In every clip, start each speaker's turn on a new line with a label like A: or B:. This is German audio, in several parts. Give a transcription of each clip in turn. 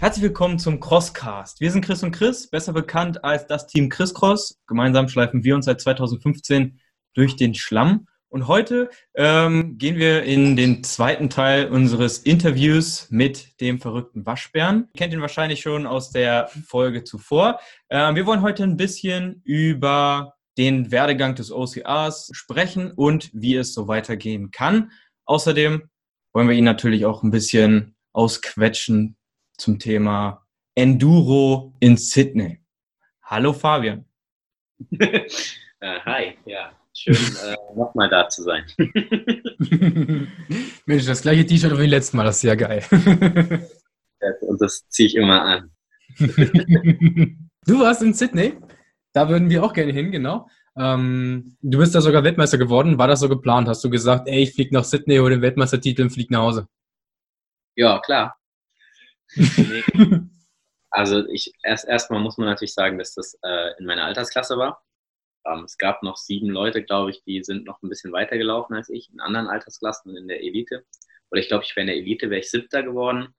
A: Herzlich willkommen zum Crosscast. Wir sind Chris und Chris, besser bekannt als das Team Chris Cross. Gemeinsam schleifen wir uns seit 2015 durch den Schlamm. Und heute gehen wir in den zweiten Teil unseres Interviews mit dem verrückten Waschbären. Ihr kennt ihn wahrscheinlich schon aus der Folge zuvor. Wir wollen heute ein bisschen über den Werdegang des OCRs sprechen und wie es so weitergehen kann. Außerdem wollen wir ihn natürlich auch ein bisschen ausquetschen zum Thema Enduro in Sydney. Hallo Fabian.
B: Hi, ja, schön nochmal da zu sein.
A: Mensch, das gleiche T-Shirt wie letztes Mal, das ist ja geil.
B: Und das ziehe ich immer an.
A: Du warst in Sydney, da würden wir auch gerne hin, genau. Du bist da sogar Weltmeister geworden, war das so geplant? Hast du gesagt, ey, ich fliege nach Sydney, hole den Weltmeistertitel und fliege nach Hause?
B: Ja, klar. Nee. Also erstmal muss man natürlich sagen, dass das in meiner Altersklasse war. Es gab noch 7 Leute, glaube ich, die sind noch ein bisschen weiter gelaufen als ich, in anderen Altersklassen in der Elite. Oder ich glaube, ich wäre in der Elite, wäre ich 7. geworden.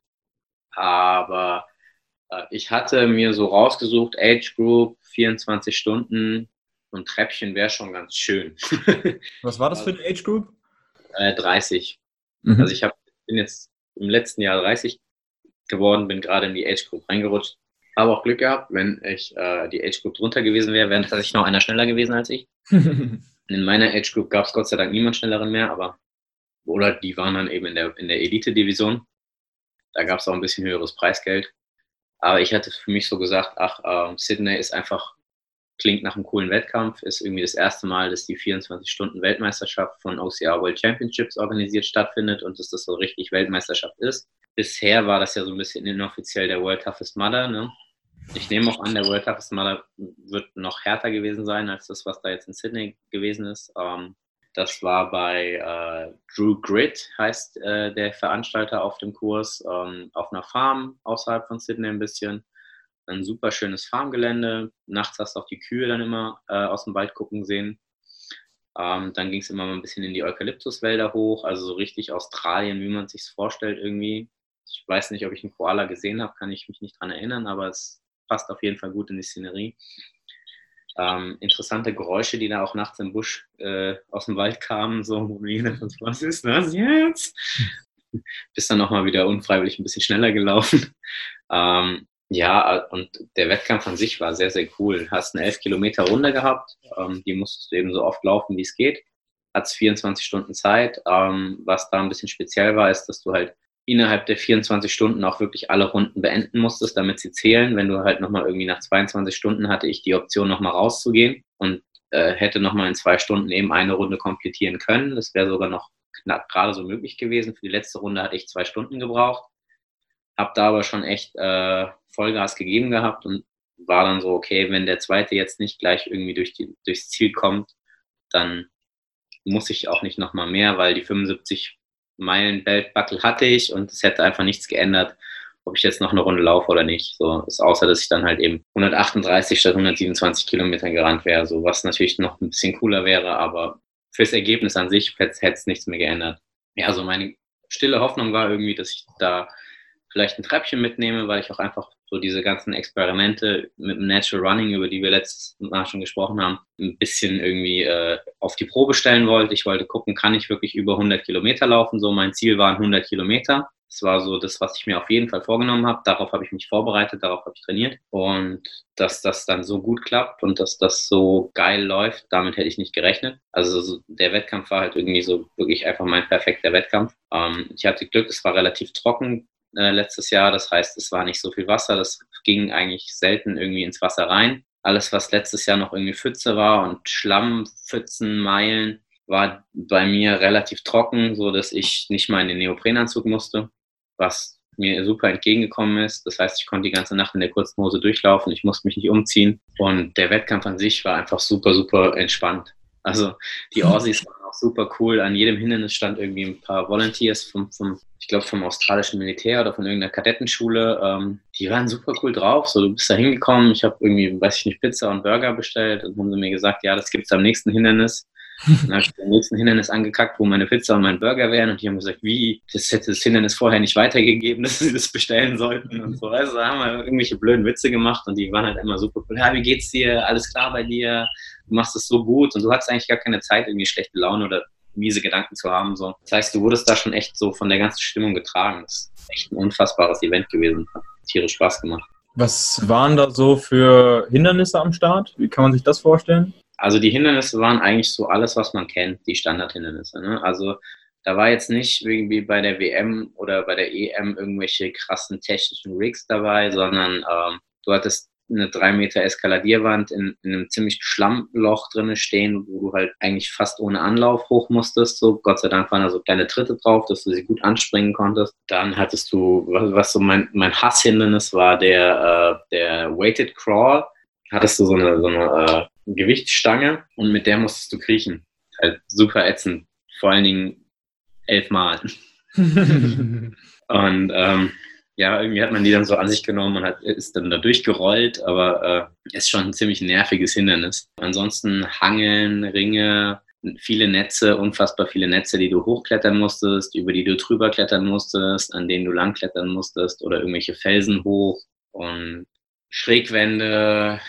B: Aber ich hatte mir so rausgesucht, Age Group, 24 Stunden, so ein Treppchen wäre schon ganz schön.
A: Was war das für eine Age Group?
B: 30.
A: Mhm.
B: Also bin jetzt im letzten Jahr 30 geworden, bin gerade in die Age Group reingerutscht. Habe auch Glück gehabt, wenn ich die Age Group drunter gewesen wäre tatsächlich noch einer schneller gewesen als ich. In meiner Age Group gab es Gott sei Dank niemand schnelleren mehr, oder die waren dann eben in der Elite-Division. Da gab es auch ein bisschen höheres Preisgeld. Aber ich hatte für mich so gesagt, Sydney ist einfach, klingt nach einem coolen Wettkampf, ist irgendwie das erste Mal, dass die 24-Stunden-Weltmeisterschaft von OCR World Championships organisiert stattfindet und dass das so richtig Weltmeisterschaft ist. Bisher war das ja so ein bisschen inoffiziell der World Toughest Mudder, ne? Ich nehme auch an, der World Toughest Mudder wird noch härter gewesen sein als das, was da jetzt in Sydney gewesen ist. Das war bei Drew Grid, heißt der Veranstalter auf dem Kurs, auf einer Farm außerhalb von Sydney ein bisschen. Ein super schönes Farmgelände. Nachts hast du auch die Kühe dann immer aus dem Wald gucken sehen. Dann ging es immer mal ein bisschen in die Eukalyptuswälder hoch, also so richtig Australien, wie man es sich vorstellt irgendwie. Ich weiß nicht, ob ich einen Koala gesehen habe, kann ich mich nicht dran erinnern, aber es passt auf jeden Fall gut in die Szenerie. Interessante Geräusche, die da auch nachts im Busch aus dem Wald kamen, so, wo du gedacht hast, was ist das jetzt? Bist dann nochmal wieder unfreiwillig ein bisschen schneller gelaufen. Ja, und der Wettkampf an sich war sehr, sehr cool. Hast eine 11 Kilometer Runde gehabt, die musstest du eben so oft laufen, wie es geht. Hattest 24 Stunden Zeit. Was da ein bisschen speziell war, ist, dass du halt innerhalb der 24 Stunden auch wirklich alle Runden beenden musstest, damit sie zählen. Wenn du halt nochmal irgendwie nach 22 Stunden hatte ich die Option, nochmal rauszugehen und hätte nochmal in 2 Stunden eben eine Runde komplettieren können. Das wäre sogar noch knapp gerade so möglich gewesen. Für die letzte Runde hatte ich 2 Stunden gebraucht. Habe da aber schon echt Vollgas gegeben gehabt und war dann so, okay, wenn der zweite jetzt nicht gleich irgendwie durchs Ziel kommt, dann muss ich auch nicht nochmal mehr, weil die 75 Meilen Beltbuckle hatte ich und es hätte einfach nichts geändert, ob ich jetzt noch eine Runde laufe oder nicht. So, ist außer, dass ich dann halt eben 138 statt 127 Kilometern gerannt wäre, so was natürlich noch ein bisschen cooler wäre, aber fürs Ergebnis an sich hätte es nichts mehr geändert. Ja, so meine stille Hoffnung war irgendwie, dass ich da vielleicht ein Treppchen mitnehme, weil ich auch einfach so diese ganzen Experimente mit dem Natural Running, über die wir letztes Mal schon gesprochen haben, ein bisschen irgendwie auf die Probe stellen wollte. Ich wollte gucken, kann ich wirklich über 100 Kilometer laufen? So, mein Ziel waren 100 Kilometer. Das war so das, was ich mir auf jeden Fall vorgenommen habe. Darauf habe ich mich vorbereitet, darauf habe ich trainiert. Und dass das dann so gut klappt und dass das so geil läuft, damit hätte ich nicht gerechnet. Also der Wettkampf war halt irgendwie so wirklich einfach mein perfekter Wettkampf. Ich hatte Glück, es war relativ trocken letztes Jahr. Das heißt, es war nicht so viel Wasser. Das ging eigentlich selten irgendwie ins Wasser rein. Alles, was letztes Jahr noch irgendwie Pfütze war und Schlamm, Pfützen, Meilen, war bei mir relativ trocken, so dass ich nicht mal in den Neoprenanzug musste, was mir super entgegengekommen ist. Das heißt, ich konnte die ganze Nacht in der kurzen Hose durchlaufen. Ich musste mich nicht umziehen. Und der Wettkampf an sich war einfach super, super entspannt. Also die Aussies waren auch super cool. An jedem Hindernis stand irgendwie ein paar Volunteers ich glaube, vom australischen Militär oder von irgendeiner Kadettenschule. Die waren super cool drauf. So, du bist da hingekommen. Ich habe irgendwie, weiß ich nicht, Pizza und Burger bestellt. Und haben sie mir gesagt, ja, das gibt's am nächsten Hindernis. Dann habe ich den nächsten Hindernis angekackt, wo meine Pizza und mein Burger wären und die haben gesagt, wie, das hätte das Hindernis vorher nicht weitergegeben, dass sie das bestellen sollten und so. Also da haben wir irgendwelche blöden Witze gemacht und die waren halt immer super cool. Ja, wie geht's dir? Alles klar bei dir? Du machst es so gut und du hattest eigentlich gar keine Zeit, irgendwie schlechte Laune oder miese Gedanken zu haben. So. Das heißt, du wurdest da schon echt so von der ganzen Stimmung getragen. Das ist echt ein unfassbares Event gewesen. Hat tierisch Spaß gemacht.
A: Was waren da so für Hindernisse am Start? Wie kann man sich das vorstellen?
B: Also die Hindernisse waren eigentlich so alles, was man kennt, die Standardhindernisse. Ne? Also da war jetzt nicht irgendwie bei der WM oder bei der EM irgendwelche krassen technischen Rigs dabei, sondern du hattest eine 3 Meter Eskaladierwand in einem ziemlich Schlammloch drinne stehen, wo du halt eigentlich fast ohne Anlauf hoch musstest. So, Gott sei Dank waren da so kleine Tritte drauf, dass du sie gut anspringen konntest. Dann hattest du, was so mein Hasshindernis war, der Weighted Crawl. Hattest du so eine Gewichtsstange und mit der musstest du kriechen. Halt super ätzend. Vor allen Dingen 11 Mal. Und ja, irgendwie hat man die dann so an sich genommen und ist dann da durchgerollt, aber ist schon ein ziemlich nerviges Hindernis. Ansonsten Hangeln, Ringe, viele Netze, unfassbar viele Netze, die du hochklettern musstest, über die du drüber klettern musstest, an denen du langklettern musstest oder irgendwelche Felsen hoch und Schrägwände,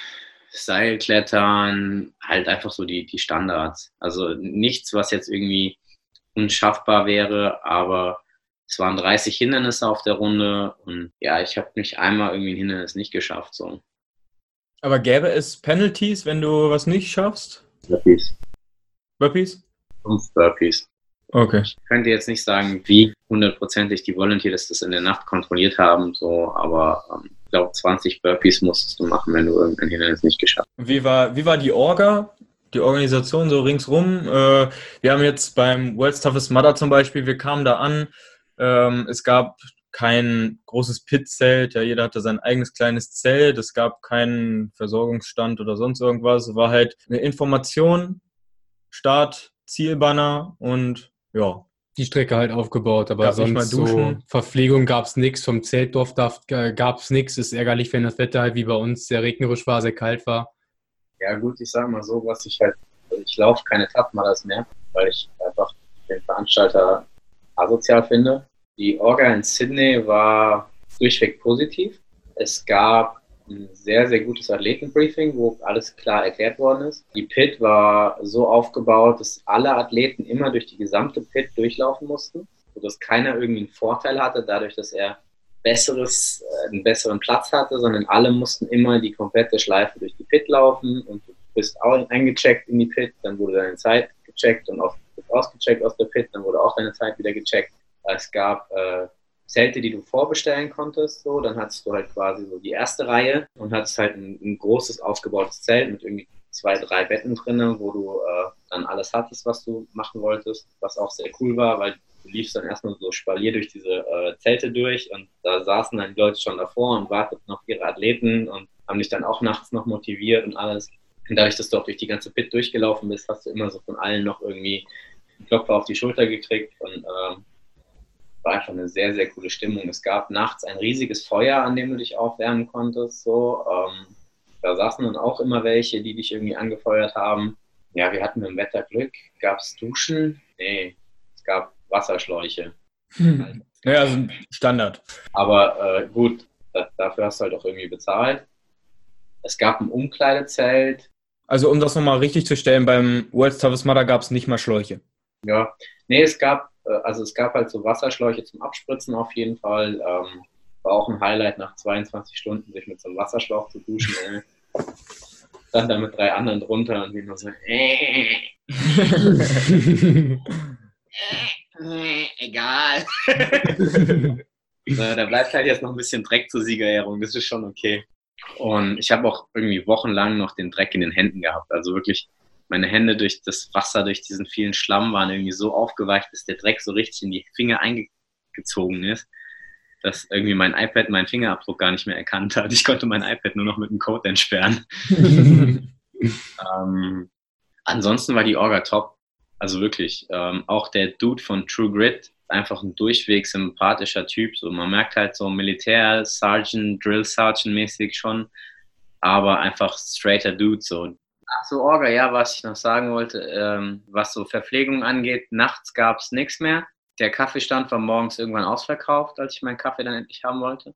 B: Seilklettern, halt einfach so die Standards. Also nichts, was jetzt irgendwie unschaffbar wäre, aber es waren 30 Hindernisse auf der Runde und ja, ich habe nicht einmal irgendwie ein Hindernis nicht geschafft. So.
A: Aber gäbe es Penalties, wenn du was nicht schaffst?
B: Burpees.
A: Burpees?
B: 5 Burpees.
A: Okay.
B: Ich könnte jetzt nicht sagen, wie hundertprozentig die Volunteers das in der Nacht kontrolliert haben, so, aber ich glaube, 20 Burpees musstest du machen, wenn du irgendein Hindernis nicht geschafft hast.
A: Wie war die Orga? Die Organisation so ringsrum? Wir haben jetzt beim World's Toughest Mudder zum Beispiel, wir kamen da an, es gab kein großes Pit-Zelt, ja, jeder hatte sein eigenes kleines Zelt, es gab keinen Versorgungsstand oder sonst irgendwas, es war halt eine Information, Start, Zielbanner und ja.
C: Die Strecke halt aufgebaut, aber
A: Gab nicht mal
C: sonst so
A: Duschen.
C: Verpflegung gab es nichts, vom Zeltdorf gab es nichts. Ist ärgerlich, wenn das Wetter halt wie bei uns sehr regnerisch war, sehr kalt war.
B: Ja gut, ich sage mal so, ich laufe keine Toughmudders mehr, weil ich einfach den Veranstalter asozial finde. Die Orga in Sydney war durchweg positiv. Es gab ein sehr, sehr gutes Athletenbriefing, wo alles klar erklärt worden ist. Die Pit war so aufgebaut, dass alle Athleten immer durch die gesamte Pit durchlaufen mussten, sodass keiner irgendwie einen Vorteil hatte, dadurch, dass er einen besseren Platz hatte, sondern alle mussten immer die komplette Schleife durch die Pit laufen und du bist auch eingecheckt in die Pit, dann wurde deine Zeit gecheckt und ausgecheckt aus der Pit, dann wurde auch deine Zeit wieder gecheckt. Es gab Zelte, die du vorbestellen konntest, so, dann hattest du halt quasi so die erste Reihe und hattest halt ein großes aufgebautes Zelt mit irgendwie 2, 3 Betten drinnen, wo du dann alles hattest, was du machen wolltest, was auch sehr cool war, weil du liefst dann erstmal so Spalier durch diese Zelte durch und da saßen dann die Leute schon davor und warteten auf ihre Athleten und haben dich dann auch nachts noch motiviert und alles. Und dadurch, dass du auch durch die ganze Pit durchgelaufen bist, hast du immer so von allen noch irgendwie einen Klopfer auf die Schulter gekriegt und war einfach eine sehr, sehr coole Stimmung. Es gab nachts ein riesiges Feuer, an dem du dich aufwärmen konntest. So. Da saßen dann auch immer welche, die dich irgendwie angefeuert haben. Ja, wir hatten im Wetter Glück. Gab es Duschen? Nee, es gab Wasserschläuche.
A: Ja, also Standard.
B: Aber gut, dafür hast du halt auch irgendwie bezahlt. Es gab ein Umkleidezelt.
A: Also um das nochmal richtig zu stellen, beim World's Toughest Mudder gab es nicht mal Schläuche.
B: Ja, nee, es gab halt so Wasserschläuche zum Abspritzen auf jeden Fall. War auch ein Highlight, nach 22 Stunden sich mit so einem Wasserschlauch zu duschen. Stand da mit 3 anderen drunter und wie nur so, egal. Da bleibt halt jetzt noch ein bisschen Dreck zur Siegerehrung, das ist schon okay. Und ich habe auch irgendwie wochenlang noch den Dreck in den Händen gehabt. Also wirklich, meine Hände durch das Wasser, durch diesen vielen Schlamm waren irgendwie so aufgeweicht, dass der Dreck so richtig in die Finger eingezogen ist, dass irgendwie mein iPad meinen Fingerabdruck gar nicht mehr erkannt hat. Ich konnte mein iPad nur noch mit dem Code entsperren. Ansonsten war die Orga top. Also wirklich, auch der Dude von True Grit, einfach ein durchweg sympathischer Typ. So, man merkt halt so Militär, Sergeant, Drill Sergeant mäßig schon, aber einfach straighter Dude. So. Ach so, Orga, ja, was ich noch sagen wollte, was so Verpflegung angeht, nachts gab es nichts mehr. Der Kaffeestand war morgens irgendwann ausverkauft, als ich meinen Kaffee dann endlich haben wollte.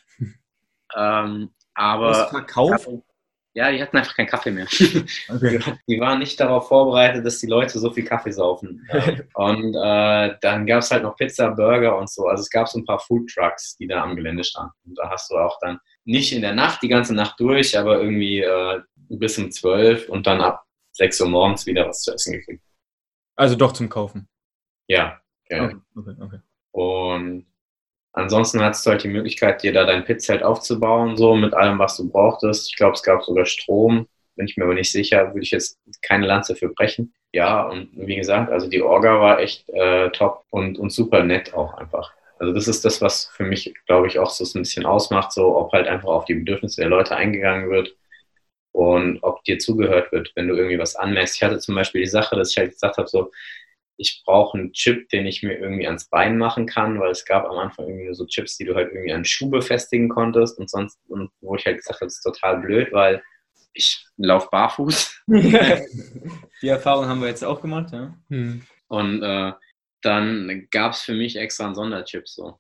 B: Aber
A: Verkauf?
B: ja, die hatten einfach keinen Kaffee mehr.
A: Okay.
B: Die waren nicht darauf vorbereitet, dass die Leute so viel Kaffee saufen. Und dann gab es halt noch Pizza, Burger und so. Also es gab so ein paar Food Trucks, die da am Gelände standen. Und da hast du auch dann nicht in der Nacht, die ganze Nacht durch, aber irgendwie bis um 12 und dann ab 6 Uhr morgens wieder was zu essen gekriegt.
A: Also doch zum Kaufen.
B: Ja.
A: Okay.
B: Und ansonsten hattest du halt die Möglichkeit, dir da dein Pitzelt aufzubauen, so mit allem, was du brauchtest. Ich glaube, es gab sogar Strom, bin ich mir aber nicht sicher, würde ich jetzt keine Lanze für brechen. Ja, und wie gesagt, also die Orga war echt top und super nett auch einfach. Also das ist das, was für mich, glaube ich, auch so ein bisschen ausmacht, so ob halt einfach auf die Bedürfnisse der Leute eingegangen wird und ob dir zugehört wird, wenn du irgendwie was anmerkst. Ich hatte zum Beispiel die Sache, dass ich halt gesagt habe, so, ich brauche einen Chip, den ich mir irgendwie ans Bein machen kann, weil es gab am Anfang irgendwie nur so Chips, die du halt irgendwie an Schuh befestigen konntest und sonst, und wo ich halt gesagt habe, das ist total blöd, weil ich laufe barfuß.
A: Die Erfahrung haben wir jetzt auch gemacht, ja.
B: Und dann gab es für mich extra einen Sonderchip, so.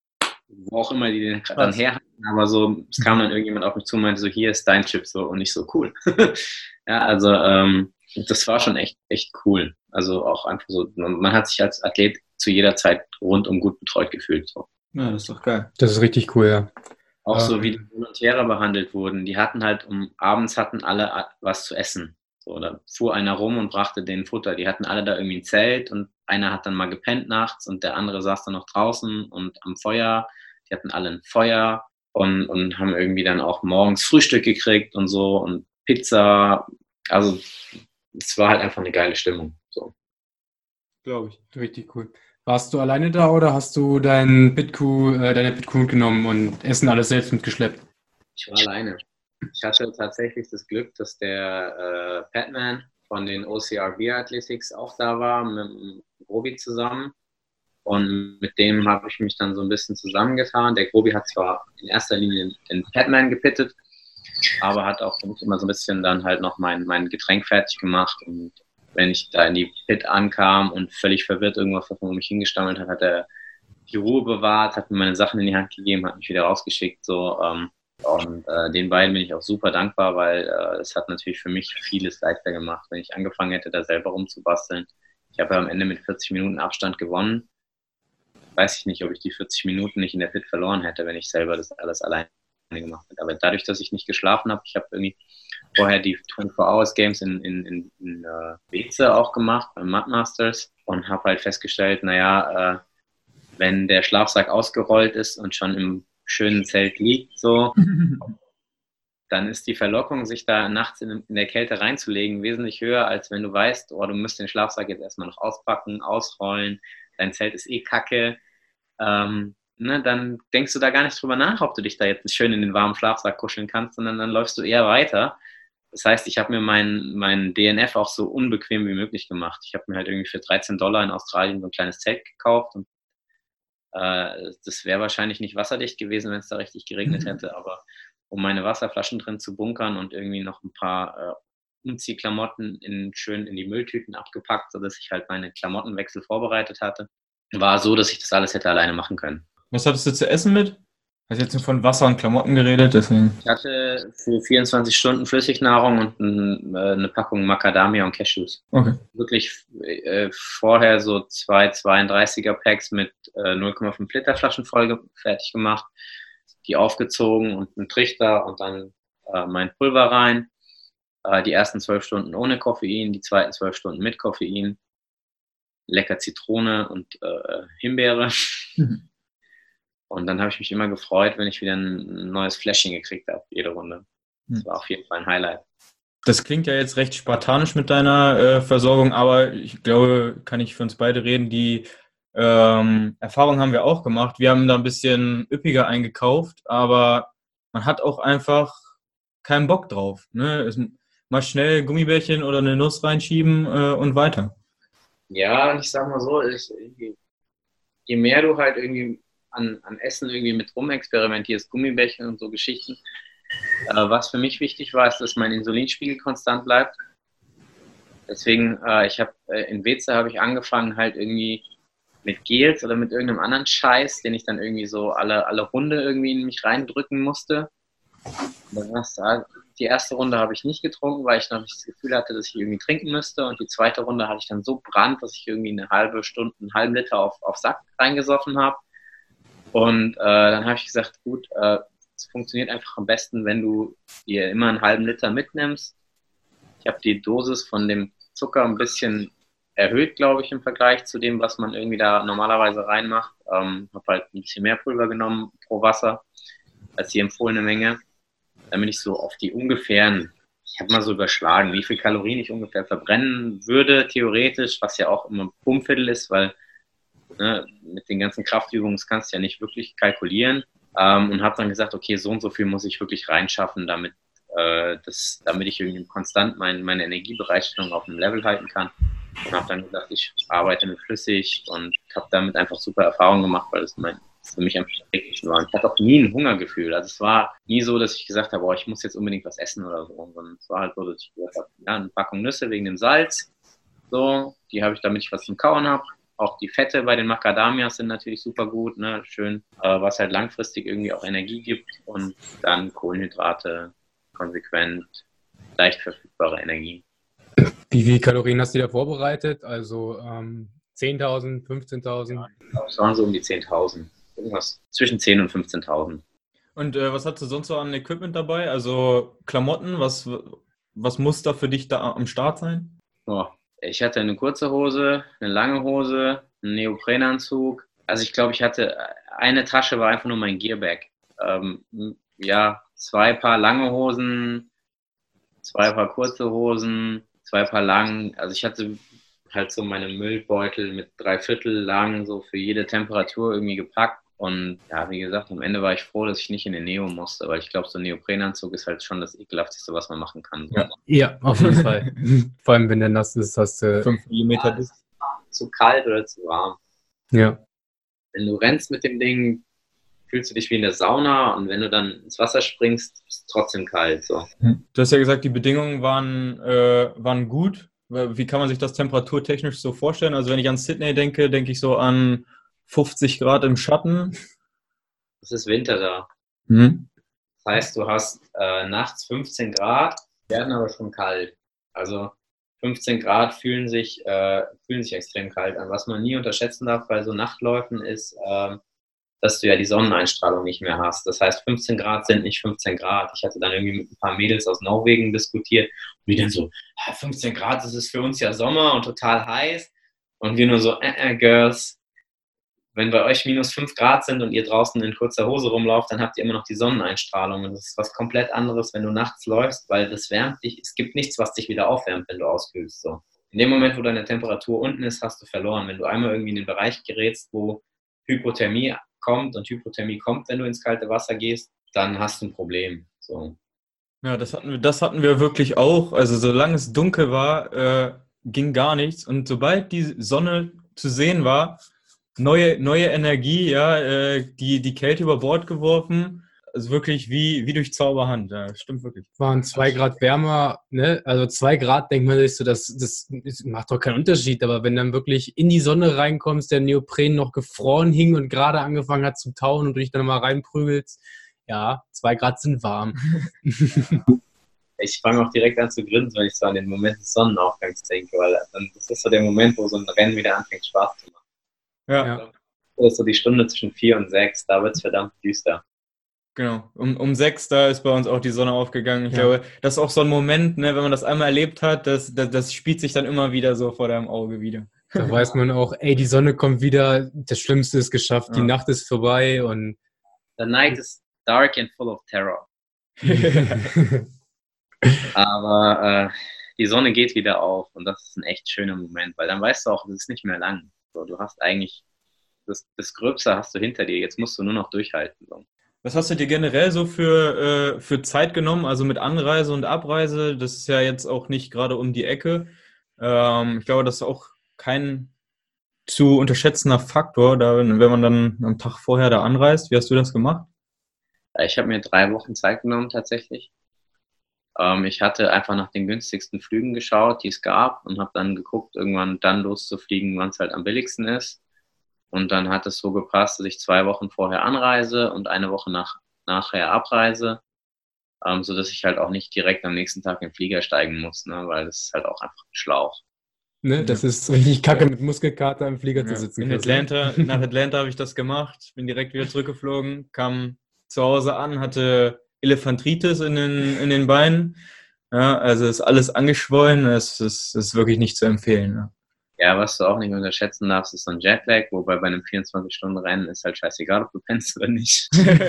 B: Wo auch immer die den dann her hatten, aber so, es kam dann irgendjemand auf mich zu und meinte so, hier ist dein Chip, so, und nicht so cool. Ja, also das war schon echt cool. Also auch einfach so, man hat sich als Athlet zu jeder Zeit rundum gut betreut gefühlt. So.
A: Ja, das ist doch geil.
C: Das ist richtig cool, ja.
B: Auch so, wie die Volontäre behandelt wurden. Die hatten halt, abends hatten alle was zu essen. So, da fuhr einer rum und brachte denen Futter. Die hatten alle da irgendwie ein Zelt und einer hat dann mal gepennt nachts und der andere saß dann noch draußen und am Feuer. Die hatten alle ein Feuer und haben irgendwie dann auch morgens Frühstück gekriegt und so und Pizza. Also es war halt einfach eine geile Stimmung. So.
C: Glaube ich. Richtig cool. Warst du alleine da oder hast du deine Pit-Crew mitgenommen und Essen alles selbst mitgeschleppt?
B: Ich war alleine. Ich hatte tatsächlich das Glück, dass der Patman von den OCRB Athletics auch da war, mit dem Grobi zusammen. Und mit dem habe ich mich dann so ein bisschen zusammengetan. Der Grobi hat zwar in erster Linie den Patman gepittet, aber hat auch für mich immer so ein bisschen dann halt noch mein Getränk fertig gemacht. Und wenn ich da in die Pit ankam und völlig verwirrt irgendwas vor mich hingestammelt hat, hat er die Ruhe bewahrt, hat mir meine Sachen in die Hand gegeben, hat mich wieder rausgeschickt. So, und den beiden bin ich auch super dankbar, weil es hat natürlich für mich vieles leichter gemacht, wenn ich angefangen hätte, da selber rumzubasteln. Ich habe ja am Ende mit 40 Minuten Abstand gewonnen. Weiß ich nicht, ob ich die 40 Minuten nicht in der Pit verloren hätte, wenn ich selber das alles alleine gemacht hätte. Aber dadurch, dass ich nicht geschlafen habe, ich habe irgendwie vorher die 24-Hours-Games in Weze auch gemacht, beim Mud Masters, und habe halt festgestellt, naja, wenn der Schlafsack ausgerollt ist und schon im schönen Zelt liegt, so, dann ist die Verlockung, sich da nachts in der Kälte reinzulegen, wesentlich höher, als wenn du weißt, oh, du musst den Schlafsack jetzt erstmal noch auspacken, ausrollen, dein Zelt ist eh kacke. Dann denkst du da gar nicht drüber nach, ob du dich da jetzt schön in den warmen Schlafsack kuscheln kannst, sondern dann läufst du eher weiter. Das heißt, ich habe mir mein DNF auch so unbequem wie möglich gemacht. Ich habe mir halt irgendwie für $13 in Australien so ein kleines Zelt gekauft und das wäre wahrscheinlich nicht wasserdicht gewesen, wenn es da richtig geregnet hätte, aber um meine Wasserflaschen drin zu bunkern und irgendwie noch ein paar Umziehklamotten schön in die Mülltüten abgepackt, sodass ich halt meine Klamottenwechsel vorbereitet hatte, war so, dass ich das alles hätte alleine machen können.
A: Was hattest du zu essen mit? Hast jetzt nur von Wasser und Klamotten geredet, deswegen.
B: Ich hatte für 24 Stunden Flüssignahrung und eine Packung Macadamia und Cashews.
A: Okay.
B: Wirklich vorher so 32er Packs mit 0,5 Liter Flaschen voll fertig gemacht, die aufgezogen und einen Trichter und dann mein Pulver rein. Die ersten 12 Stunden ohne Koffein, die zweiten 12 Stunden mit Koffein. Lecker Zitrone und Himbeere. Mhm. Und dann habe ich mich immer gefreut, wenn ich wieder ein neues Fläschchen gekriegt habe, jede Runde. Das war auf jeden Fall ein Highlight.
A: Das klingt ja jetzt recht spartanisch mit deiner Versorgung, aber ich glaube, kann ich für uns beide reden, die Erfahrung haben wir auch gemacht. Wir haben da ein bisschen üppiger eingekauft, aber man hat auch einfach keinen Bock drauf. Ne? Mal schnell Gummibärchen oder eine Nuss reinschieben und weiter.
B: Ja, und ich sag mal so, je mehr du halt irgendwie an Essen irgendwie mit rumexperimentierst, Gummibärchen und so Geschichten, Was für mich wichtig war, ist, dass mein Insulinspiegel konstant bleibt. Deswegen, in Weze habe ich angefangen halt irgendwie mit Gels oder mit irgendeinem anderen Scheiß, den ich dann irgendwie so alle Runde irgendwie in mich reindrücken musste. Die erste Runde habe ich nicht getrunken, weil ich noch nicht das Gefühl hatte, dass ich irgendwie trinken müsste. Und die zweite Runde hatte ich dann so Brand, dass ich irgendwie eine halbe Stunde, einen halben Liter auf Sack reingesoffen habe. Und dann habe ich gesagt, gut, es funktioniert einfach am besten, wenn du dir immer einen halben Liter mitnimmst. Ich habe die Dosis von dem Zucker ein bisschen erhöht, glaube ich, im Vergleich zu dem, was man irgendwie da normalerweise reinmacht. Habe halt ein bisschen mehr Pulver genommen pro Wasser als die empfohlene Menge, damit ich so auf die ungefähren, ich habe mal so überschlagen, wie viel Kalorien ich ungefähr verbrennen würde, theoretisch, was ja auch immer ein Pumpviertel ist, weil mit den ganzen Kraftübungen das kannst du ja nicht wirklich kalkulieren. Und habe dann gesagt, okay, so und so viel muss ich wirklich reinschaffen, damit ich irgendwie konstant meine Energiebereitstellung auf einem Level halten kann. Und habe dann gesagt, ich arbeite mit flüssig und habe damit einfach super Erfahrungen gemacht, weil das für mich einfach täglich war. Ich hatte auch nie ein Hungergefühl. Also es war nie so, dass ich gesagt habe, boah, ich muss jetzt unbedingt was essen oder so. Sondern es war halt so, dass ich gesagt habe, ja, eine Packung Nüsse wegen dem Salz. So, die habe ich, damit ich was zum Kauen habe. Auch die Fette bei den Macadamias sind natürlich super gut, ne? Schön, was halt langfristig irgendwie auch Energie gibt. Und dann Kohlenhydrate, konsequent, leicht verfügbare Energie.
C: Wie viele Kalorien hast du da vorbereitet? Also 10.000, 15.000?
B: Ja, ich glaube, es waren so um die 10.000. Irgendwas zwischen 10.000 und 15.000.
A: Und was hast du sonst so an Equipment dabei? Also Klamotten, was muss da für dich da am Start sein?
B: Oh, ich hatte eine kurze Hose, eine lange Hose, einen Neoprenanzug. Also ich glaube, eine Tasche war einfach nur mein Gearbag. Ja, 2 Paar lange Hosen, 2 Paar kurze Hosen, 2 Paar lang. Also ich hatte halt so meine Müllbeutel mit 3/4 lang, so für jede Temperatur irgendwie gepackt. Und ja, wie gesagt, am Ende war ich froh, dass ich nicht in den Neo musste, weil ich glaube, so ein Neoprenanzug ist halt schon das Ekelhafteste, was man machen kann.
C: Ja, auf jeden Fall. Vor allem, wenn der nass ist, hast du
A: 5 Millimeter dick.
B: Zu kalt oder zu warm.
C: Ja.
B: Wenn du rennst mit dem Ding, fühlst du dich wie in der Sauna, und wenn du dann ins Wasser springst, ist es trotzdem kalt. So.
A: Du hast ja gesagt, die Bedingungen waren gut. Wie kann man sich das temperaturtechnisch so vorstellen? Also wenn ich an Sydney denke, denke ich so an 50 Grad im Schatten.
B: Es ist Winter da.
A: Mhm.
B: Das heißt, du hast nachts 15 Grad, werden aber schon kalt. Also 15 Grad fühlen sich extrem kalt an. Was man nie unterschätzen darf bei so Nachtläufen ist, dass du ja die Sonneneinstrahlung nicht mehr hast. Das heißt, 15 Grad sind nicht 15 Grad. Ich hatte dann irgendwie mit ein paar Mädels aus Norwegen diskutiert und die dann so, 15 Grad, das ist für uns ja Sommer und total heiß. Und wir nur so, Girls, wenn bei euch -5 Grad sind und ihr draußen in kurzer Hose rumlauft, dann habt ihr immer noch die Sonneneinstrahlung. Und das ist was komplett anderes, wenn du nachts läufst, weil das wärmt dich. Es gibt nichts, was dich wieder aufwärmt, wenn du auskühlst. So. In dem Moment, wo deine Temperatur unten ist, hast du verloren. Wenn du einmal irgendwie in den Bereich gerätst, wo Hypothermie kommt, wenn du ins kalte Wasser gehst, dann hast du ein Problem. So.
A: Ja, das hatten wir wirklich auch. Also solange es dunkel war, ging gar nichts. Und sobald die Sonne zu sehen war, neue Energie, ja, die Kälte über Bord geworfen. Also wirklich wie durch Zauberhand. Ja, stimmt wirklich.
C: Waren 2 Grad wärmer, ne? Also 2 Grad denkt man sich so, das macht doch keinen Unterschied. Aber wenn dann wirklich in die Sonne reinkommst, der Neopren noch gefroren hing und gerade angefangen hat zu tauen und du dich dann mal reinprügelst, ja, 2 Grad sind warm.
B: Ich fange auch direkt an zu grinsen, wenn ich so an den Moment des Sonnenaufgangs denke, weil dann das ist so der Moment, wo so ein Rennen wieder anfängt, Spaß zu machen.
A: Ja.
B: Das ist so die Stunde zwischen 4 und 6, da wird es verdammt düster.
A: Genau. Um 6, da ist bei uns auch die Sonne aufgegangen. Ich glaube, das ist auch so ein Moment, ne, wenn man das einmal erlebt hat, das spielt sich dann immer wieder so vor deinem Auge wieder.
C: Da weiß man auch, ey, die Sonne kommt wieder, das Schlimmste ist geschafft, die Nacht ist vorbei und
B: The night is dark and full of terror. Aber die Sonne geht wieder auf und das ist ein echt schöner Moment, weil dann weißt du auch, es ist nicht mehr lang. So, du hast eigentlich, das Gröbste hast du hinter dir, jetzt musst du nur noch durchhalten. So.
A: Was hast du dir generell so für Zeit genommen, also mit Anreise und Abreise? Das ist ja jetzt auch nicht gerade um die Ecke. Ich glaube, das ist auch kein zu unterschätzender Faktor, wenn man dann am Tag vorher da anreist. Wie hast du das gemacht?
B: Ich habe mir 3 Wochen Zeit genommen tatsächlich. Ich hatte einfach nach den günstigsten Flügen geschaut, die es gab, und habe dann geguckt, irgendwann dann loszufliegen, wann es halt am billigsten ist. Und dann hat es so gepasst, dass ich 2 Wochen vorher anreise und eine Woche nachher abreise, sodass ich halt auch nicht direkt am nächsten Tag in den Flieger steigen muss, ne, weil das ist halt auch einfach ein Schlauch.
C: Ne? Das ist richtig kacke, mit Muskelkater im Flieger zu sitzen.
A: Nach Atlanta habe ich das gemacht, bin direkt wieder zurückgeflogen, kam zu Hause an, hatte Elefantritis in den Beinen. Ja, also ist alles angeschwollen, es ist wirklich nicht zu empfehlen. Ja.
B: Ja, was du auch nicht unterschätzen darfst, ist so ein Jetlag, wobei bei einem 24-Stunden-Rennen ist halt scheißegal, ob du pennst oder nicht.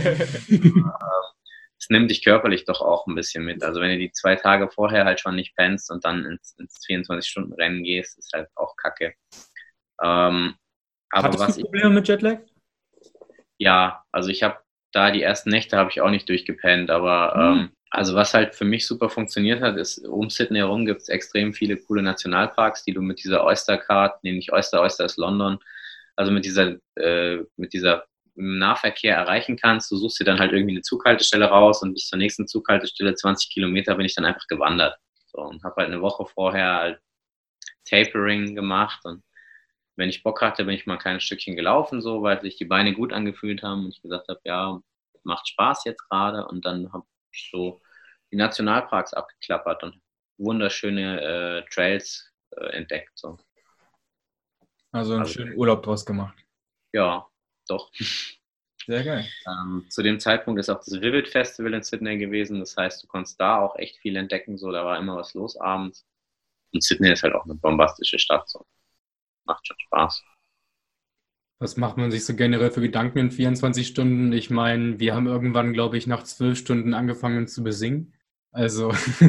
B: Es nimmt dich körperlich doch auch ein bisschen mit. Also wenn du die 2 Tage vorher halt schon nicht pennst und dann ins 24-Stunden-Rennen gehst, ist halt auch kacke. Aber
A: Hattest du Probleme mit Jetlag?
B: Ja, also ich habe da die ersten Nächte habe ich auch nicht durchgepennt, aber also was halt für mich super funktioniert hat, ist, um Sydney herum gibt es extrem viele coole Nationalparks, die du mit dieser Oyster-Card, nämlich Oyster ist London, also mit dieser Nahverkehr erreichen kannst. Du suchst dir dann halt irgendwie eine Zughaltestelle raus und bis zur nächsten Zughaltestelle 20 Kilometer bin ich dann einfach gewandert. So, und habe halt eine Woche vorher halt Tapering gemacht, und wenn ich Bock hatte, bin ich mal ein kleines Stückchen gelaufen, so, weil sich die Beine gut angefühlt haben und ich gesagt habe, ja, macht Spaß jetzt gerade, und dann habe ich so die Nationalparks abgeklappert und wunderschöne Trails entdeckt. So.
A: Also einen schönen Urlaub draus gemacht.
B: Ja, doch.
A: Sehr geil.
B: Zu dem Zeitpunkt ist auch das Vivid Festival in Sydney gewesen. Das heißt, du konntest da auch echt viel entdecken. So, da war immer was los abends. Und Sydney ist halt auch eine bombastische Stadt. So. Macht schon Spaß.
C: Was macht man sich so generell für Gedanken in 24 Stunden? Ich meine, wir haben irgendwann, glaube ich, nach 12 Stunden angefangen zu besingen. Also,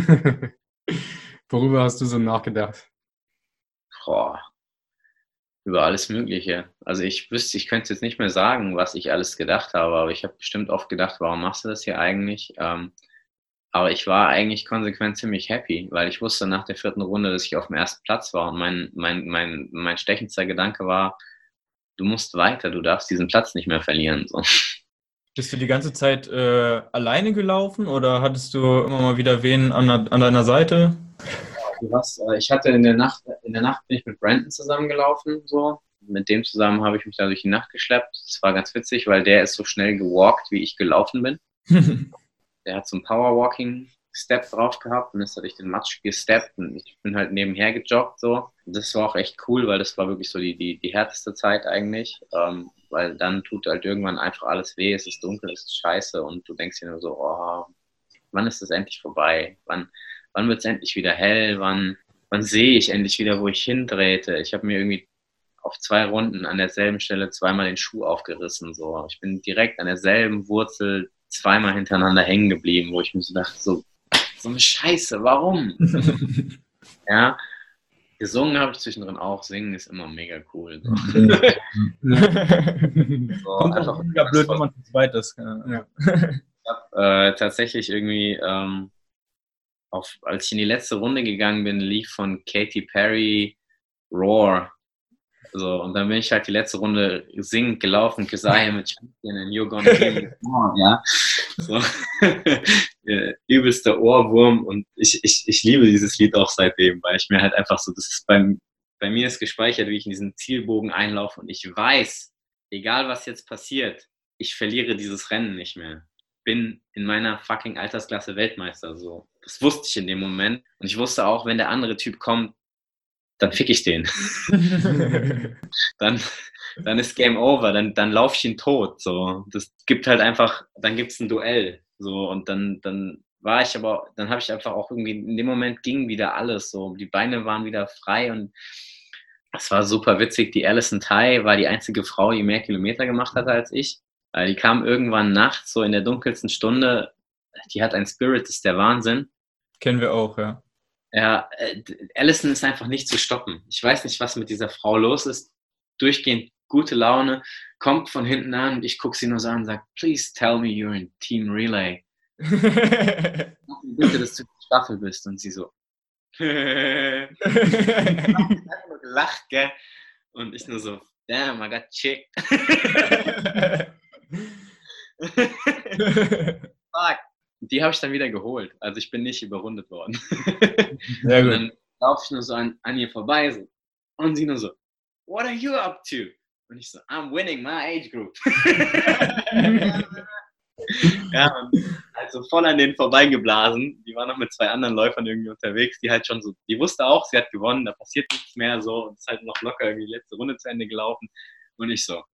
C: worüber hast du so nachgedacht?
B: Boah. Über alles Mögliche. Also ich könnte es jetzt nicht mehr sagen, was ich alles gedacht habe, aber ich habe bestimmt oft gedacht, warum machst du das hier eigentlich? Aber ich war eigentlich konsequent ziemlich happy, weil ich wusste nach der 4. Runde, dass ich auf dem ersten Platz war, und mein stechendster Gedanke war, du musst weiter, du darfst diesen Platz nicht mehr verlieren. So.
A: Bist du die ganze Zeit alleine gelaufen oder hattest du immer mal wieder wen an deiner Seite?
B: Ich hatte in der Nacht bin ich mit Brandon zusammengelaufen, so. Mit dem zusammen habe ich mich da durch die Nacht geschleppt. Das war ganz witzig, weil der ist so schnell gewalkt, wie ich gelaufen bin. Der hat so einen Powerwalking-Step drauf gehabt und ist da durch den Matsch gesteppt, und ich bin halt nebenher gejoggt, so. Und das war auch echt cool, weil das war wirklich so die härteste Zeit eigentlich, weil dann tut halt irgendwann einfach alles weh, es ist dunkel, es ist scheiße, und du denkst dir nur so, oh, wann ist das endlich vorbei? Wann wird es endlich wieder hell? Wann sehe ich endlich wieder, wo ich hindrehte? Ich habe mir irgendwie auf 2 Runden an derselben Stelle zweimal den Schuh aufgerissen. So. Ich bin direkt an derselben Wurzel zweimal hintereinander hängen geblieben, wo ich mir so dachte, so eine Scheiße, warum? Ja, gesungen habe ich zwischendrin auch. Singen ist immer mega cool. So.
A: So, kommt auch mega blöd, wenn man zu zweit ist. Ja.
B: Ich habe tatsächlich irgendwie als ich in die letzte Runde gegangen bin, lief von Katy Perry Roar. So, und dann bin ich halt die letzte Runde singend gelaufen, 'cause I am a champion and you're gonna be more, ja. So. Übelster Ohrwurm, und ich liebe dieses Lied auch seitdem, weil ich mir halt einfach so, das ist bei mir ist gespeichert, wie ich in diesen Zielbogen einlaufe, und ich weiß, egal was jetzt passiert, ich verliere dieses Rennen nicht mehr. Bin in meiner fucking Altersklasse Weltmeister, so. Das wusste ich in dem Moment. Und ich wusste auch, wenn der andere Typ kommt, dann fick ich den. dann ist Game Over, dann laufe ich ihn tot, so. Das gibt halt einfach, dann gibt's ein Duell, so. Und dann habe ich einfach auch irgendwie, in dem Moment ging wieder alles, so. Die Beine waren wieder frei, und das war super witzig. Die Alison Tai war die einzige Frau, die mehr Kilometer gemacht hatte als ich. Die kam irgendwann nachts, so in der dunkelsten Stunde. Die hat einen Spirit, das ist der Wahnsinn.
A: Kennen wir auch, ja.
B: Ja, Alison ist einfach nicht zu stoppen. Ich weiß nicht, was mit dieser Frau los ist. Durchgehend gute Laune, kommt von hinten an, und ich gucke sie nur so an und sage, please tell me you're in Team Relay. Bitte, dass du in der Staffel bist. Und sie so. Ich habe einfach nur gelacht, gell? Und ich nur so, damn, I got chicked. Fuck. Die habe ich dann wieder geholt. Also ich bin nicht überrundet worden.
A: Sehr
B: Und
A: gut.
B: dann laufe ich nur so an ihr vorbei so. Und sie nur so, what are you up to? Und ich so, I'm winning my age group. Ja, und also voll an denen vorbeigeblasen. Die war noch mit 2 anderen Läufern irgendwie unterwegs, die halt schon so, die wusste auch, sie hat gewonnen, da passiert nichts mehr so und ist halt noch locker irgendwie die letzte Runde zu Ende gelaufen. Und ich so,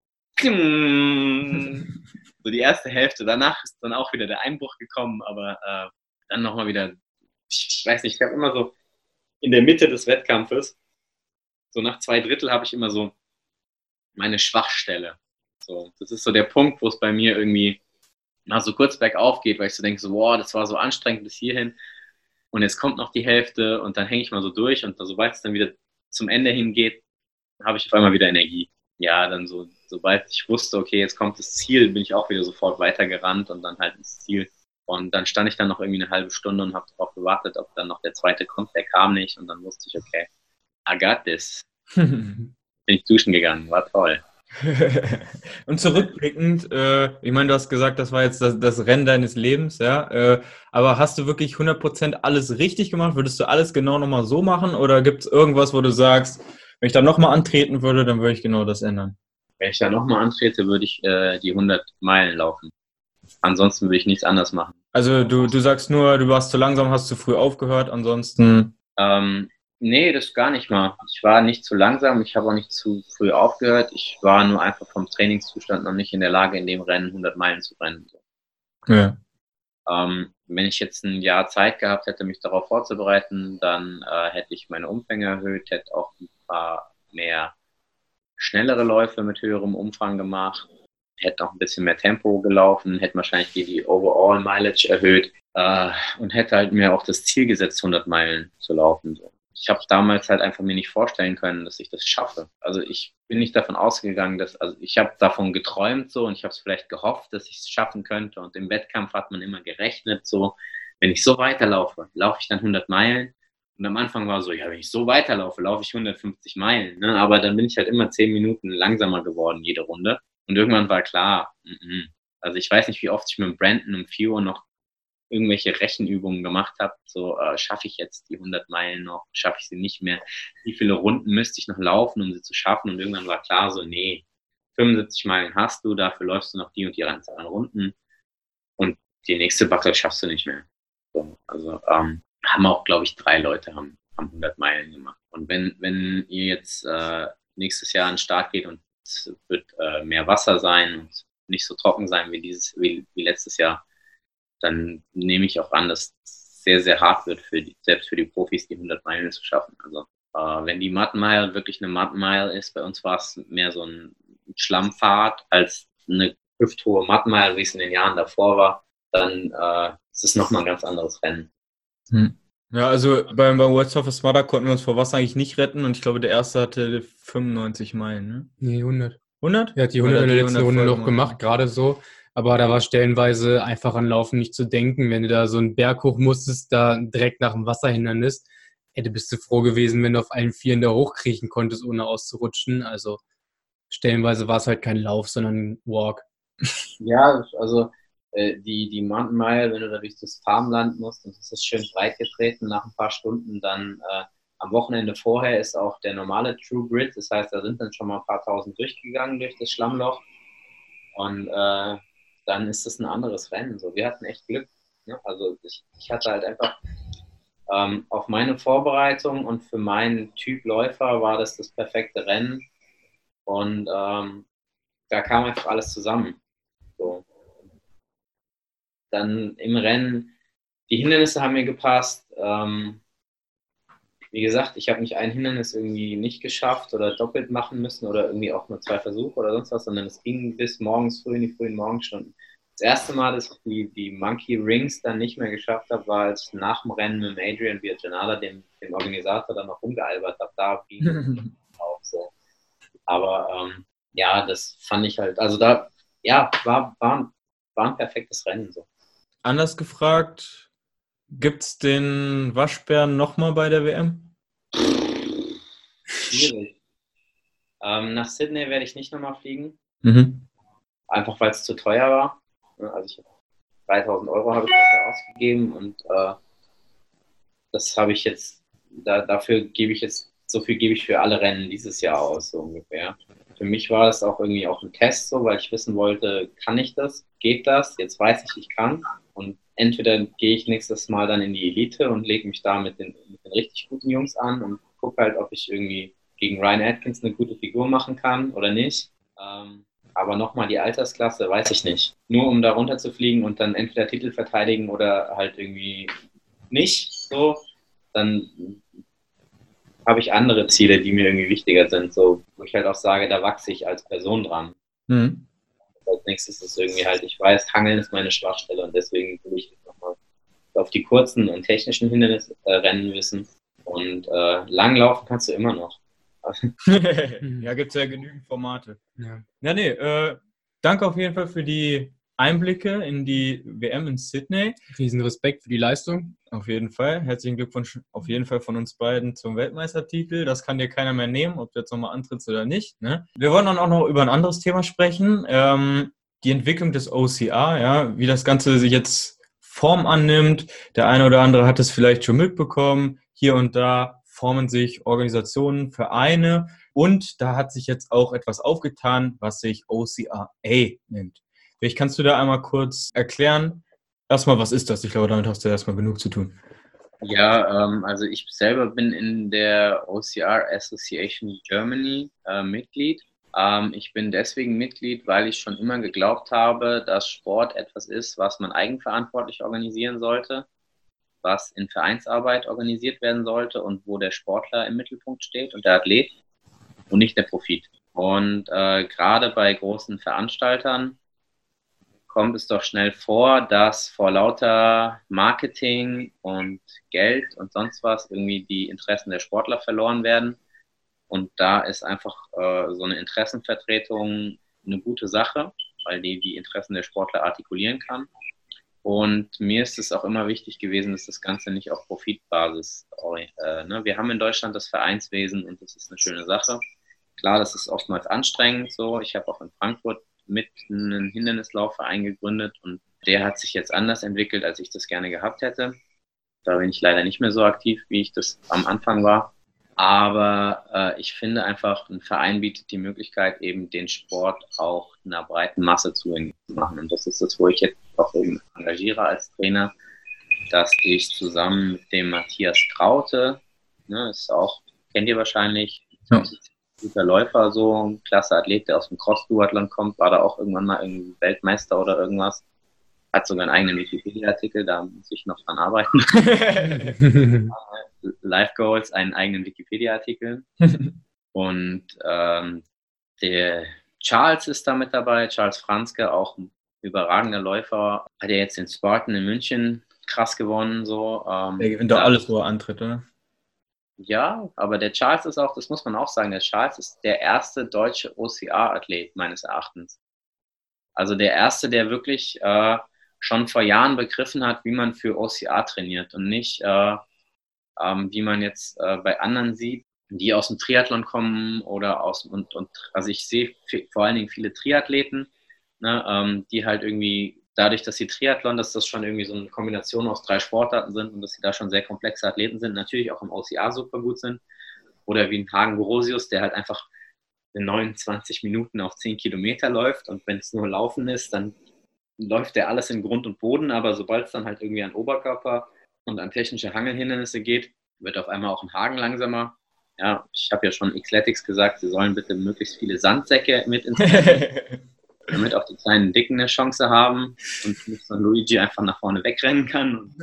B: so die erste Hälfte. Danach ist dann auch wieder der Einbruch gekommen, aber dann nochmal wieder, ich weiß nicht, ich habe immer so in der Mitte des Wettkampfes, so nach 2 Drittel habe ich immer so meine Schwachstelle. So, das ist so der Punkt, wo es bei mir irgendwie mal so kurz bergauf geht, weil ich so denke, so, wow, das war so anstrengend bis hierhin und jetzt kommt noch die Hälfte und dann hänge ich mal so durch und sobald es dann wieder zum Ende hingeht, habe ich auf einmal wieder Energie. Ja, dann so, sobald ich wusste, okay, jetzt kommt das Ziel, bin ich auch wieder sofort weitergerannt und dann halt ins Ziel. Und dann stand ich dann noch irgendwie eine halbe Stunde und habe darauf gewartet, ob dann noch der zweite kommt. Der kam nicht und dann wusste ich, okay, I got this. Bin ich duschen gegangen, war toll.
A: Und zurückblickend, ich meine, du hast gesagt, das war jetzt das Rennen deines Lebens, ja, aber hast du wirklich 100% alles richtig gemacht? Würdest du alles genau nochmal so machen oder gibt es irgendwas, wo du sagst, wenn ich da nochmal antreten würde, dann würde ich genau das ändern?
B: Wenn ich da nochmal antrete, würde ich die 100 Meilen laufen. Ansonsten würde ich nichts anders machen.
A: Also du sagst nur, du warst zu langsam, hast zu früh aufgehört, ansonsten...
B: Nee, das gar nicht mal. Ich war nicht zu langsam, ich habe auch nicht zu früh aufgehört. Ich war nur einfach vom Trainingszustand noch nicht in der Lage, in dem Rennen 100 Meilen zu rennen.
A: Ja.
B: Wenn ich jetzt ein Jahr Zeit gehabt hätte, mich darauf vorzubereiten, dann hätte ich meine Umfänge erhöht, hätte auch ein paar mehr schnellere Läufe mit höherem Umfang gemacht, hätte auch ein bisschen mehr Tempo gelaufen, hätte wahrscheinlich die Overall Mileage erhöht und hätte halt mir auch das Ziel gesetzt, 100 Meilen zu laufen. Ich habe damals halt einfach mir nicht vorstellen können, dass ich das schaffe. Also ich bin nicht davon ausgegangen, also ich habe davon geträumt so und ich habe es vielleicht gehofft, dass ich es schaffen könnte und im Wettkampf hat man immer gerechnet so, wenn ich so weiterlaufe, laufe ich dann 100 Meilen und am Anfang war so, ja, wenn ich so weiterlaufe, laufe ich 150 Meilen, ne? Aber dann bin ich halt immer 10 Minuten langsamer geworden jede Runde und irgendwann war klar, also ich weiß nicht, wie oft ich mit Brandon und Fio noch irgendwelche Rechenübungen gemacht habe, so schaffe ich jetzt die 100 Meilen noch, schaffe ich sie nicht mehr, wie viele Runden müsste ich noch laufen, um sie zu schaffen und irgendwann war klar so, nee, 75 Meilen hast du, dafür läufst du noch die und die Anzahl an Runden und die nächste Backe schaffst du nicht mehr. So, also haben auch, glaube ich, 3 Leute haben 100 Meilen gemacht und wenn ihr jetzt nächstes Jahr an den Start geht und es wird mehr Wasser sein und nicht so trocken sein wie letztes Jahr, dann nehme ich auch an, dass es sehr, sehr hart wird, selbst für die Profis, die 100 Meilen zu schaffen. Also wenn die Mud Mile wirklich eine Mud Mile ist, bei uns war es mehr so ein Schlammpfad als eine hüfthohe Mud Mile, wie es in den Jahren davor war, dann ist es nochmal ein ganz anderes Rennen.
A: Ja, also beim World Toughest Mudder konnten wir uns vor Wasser eigentlich nicht retten und ich glaube, der erste hatte 95 Meilen, ne?
C: Nee, 100.
A: 100?
C: Er hat die 100 in der letzten Runde noch gemacht, gerade so. Aber da war stellenweise einfach an Laufen nicht zu denken. Wenn du da so einen Berg hoch musstest, da direkt nach dem Wasserhindernis, bist du froh gewesen, wenn du auf allen Vieren da hochkriechen konntest, ohne auszurutschen. Also stellenweise war es halt kein Lauf, sondern ein Walk.
B: Ja, also die Mountain Mile, wenn du da durch das Farmland musst, und es ist schön breit getreten nach ein paar Stunden, dann am Wochenende vorher ist auch der normale True Grit, das heißt, da sind dann schon mal ein paar tausend durchgegangen durch das Schlammloch und dann ist das ein anderes Rennen. So, wir hatten echt Glück. Ne? Also ich hatte halt einfach auf meine Vorbereitung und für meinen Typ Läufer war das perfekte Rennen und da kam einfach alles zusammen. So. Dann im Rennen, die Hindernisse haben mir gepasst. Wie gesagt, ich habe nicht ein Hindernis irgendwie nicht geschafft oder doppelt machen müssen oder irgendwie auch nur 2 Versuche oder sonst was, sondern es ging bis morgens früh in die frühen Morgenstunden. Das erste Mal, dass ich die Monkey Rings dann nicht mehr geschafft habe, war, als ich nach dem Rennen mit Adrian Viajanala, dem Organisator, dann noch rumgealbert habe. Da ging auch so. Aber ja, das fand ich halt, also da, ja, war ein perfektes Rennen so.
A: Anders gefragt, gibt's den Waschbären nochmal bei der WM?
B: Schwierig. Nach Sydney werde ich nicht nochmal fliegen.
A: Mhm.
B: Einfach weil es zu teuer war. Also ich habe 3.000 Euro habe ich dafür ausgegeben und das habe ich jetzt, dafür gebe ich jetzt, so viel gebe ich für alle Rennen dieses Jahr aus, so ungefähr. Für mich war es auch irgendwie auch ein Test, so, weil ich wissen wollte, kann ich das? Geht das? Jetzt weiß ich kann. Und entweder gehe ich nächstes Mal dann in die Elite und lege mich da mit den richtig guten Jungs an und gucke halt, ob ich irgendwie gegen Ryan Atkins eine gute Figur machen kann oder nicht. Aber nochmal die Altersklasse, weiß ich nicht. Nur um da runter zu fliegen und dann entweder Titel verteidigen oder halt irgendwie nicht so, dann habe ich andere Ziele, die mir irgendwie wichtiger sind, so, wo ich halt auch sage, da wachse ich als Person dran.
A: Mhm.
B: Als nächstes ist irgendwie halt, ich weiß, Hangeln ist meine Schwachstelle und deswegen will ich nochmal auf die kurzen und technischen Hindernisrennen wissen. Und Langlaufen kannst du immer noch.
A: Ja, gibt es ja genügend Formate. Ja, nee, danke auf jeden Fall für die Einblicke in die WM in Sydney.
C: Riesen Respekt für die Leistung.
A: Auf jeden Fall. Herzlichen Glückwunsch auf jeden Fall von uns beiden zum Weltmeistertitel. Das kann dir keiner mehr nehmen, ob du jetzt nochmal antrittst oder nicht. Ne? Wir wollen dann auch noch über ein anderes Thema sprechen. Die Entwicklung des OCR, ja, wie das Ganze sich jetzt Form annimmt. Der eine oder andere hat es vielleicht schon mitbekommen. Hier und da formen sich Organisationen, Vereine und da hat sich jetzt auch etwas aufgetan, was sich OCRA nennt. Vielleicht kannst du da einmal kurz erklären, erstmal, was ist das? Ich glaube, damit hast du erstmal genug zu tun.
B: Ja, also ich selber bin in der OCR Association Germany Mitglied. Ich bin deswegen Mitglied, weil ich schon immer geglaubt habe, dass Sport etwas ist, was man eigenverantwortlich organisieren sollte, was in Vereinsarbeit organisiert werden sollte und wo der Sportler im Mittelpunkt steht und der Athlet und nicht der Profit. Und gerade bei großen Veranstaltern kommt es doch schnell vor, dass vor lauter Marketing und Geld und sonst was irgendwie die Interessen der Sportler verloren werden. Und da ist einfach so eine Interessenvertretung eine gute Sache, weil die Interessen der Sportler artikulieren kann. Und mir ist es auch immer wichtig gewesen, dass das Ganze nicht auf Profitbasis, ne? Wir haben in Deutschland das Vereinswesen und das ist eine schöne Sache. Klar, das ist oftmals anstrengend so. Ich habe auch in Frankfurt mit einem Hindernislaufverein gegründet und der hat sich jetzt anders entwickelt, als ich das gerne gehabt hätte. Da bin ich leider nicht mehr so aktiv, wie ich das am Anfang war. Aber ich finde einfach, ein Verein bietet die Möglichkeit, eben den Sport auch einer breiten Masse zugänglich zu machen. Und das ist das, wo ich jetzt auch eben engagiere als Trainer, dass ich zusammen mit dem Matthias Traute, ne, ist auch, kennt ihr wahrscheinlich, ja, guter Läufer, so ein klasse Athlet, der aus dem Cross-Duathlon kommt, war da auch irgendwann mal irgendwie Weltmeister oder irgendwas. Hat sogar einen eigenen Wikipedia-Artikel, da muss ich noch dran arbeiten. Life Goals, einen eigenen Wikipedia-Artikel. Und der Charles ist da mit dabei, Charles Franzke, auch ein überragender Läufer. Hat ja jetzt den Spartan in München krass gewonnen. So.
A: Der gewinnt doch alles, wo er antritt, oder?
B: Ja, aber der Charles ist auch, das muss man auch sagen, der Charles ist der erste deutsche OCR-Athlet meines Erachtens. Also der erste, der wirklich schon vor Jahren begriffen hat, wie man für OCR trainiert und nicht, wie man jetzt bei anderen sieht, die aus dem Triathlon kommen oder also ich sehe vor allen Dingen viele Triathleten, ne, die halt irgendwie dadurch, dass sie Triathlon, dass das schon irgendwie so eine Kombination aus 3 Sportarten sind und dass sie da schon sehr komplexe Athleten sind, natürlich auch im OCR super gut sind. Oder wie ein Hagen Borosius, der halt einfach in 29 Minuten auf 10 Kilometer läuft und wenn es nur Laufen ist, dann läuft der alles in Grund und Boden, aber sobald es dann halt irgendwie an Oberkörper und an technische Hangelhindernisse geht, wird auf einmal auch ein Hagen langsamer. Ja, ich habe ja schon Xletics gesagt, sie sollen bitte möglichst viele Sandsäcke mit ins Rennen, damit auch die kleinen Dicken eine Chance haben und nicht so ein Luigi einfach nach vorne wegrennen kann.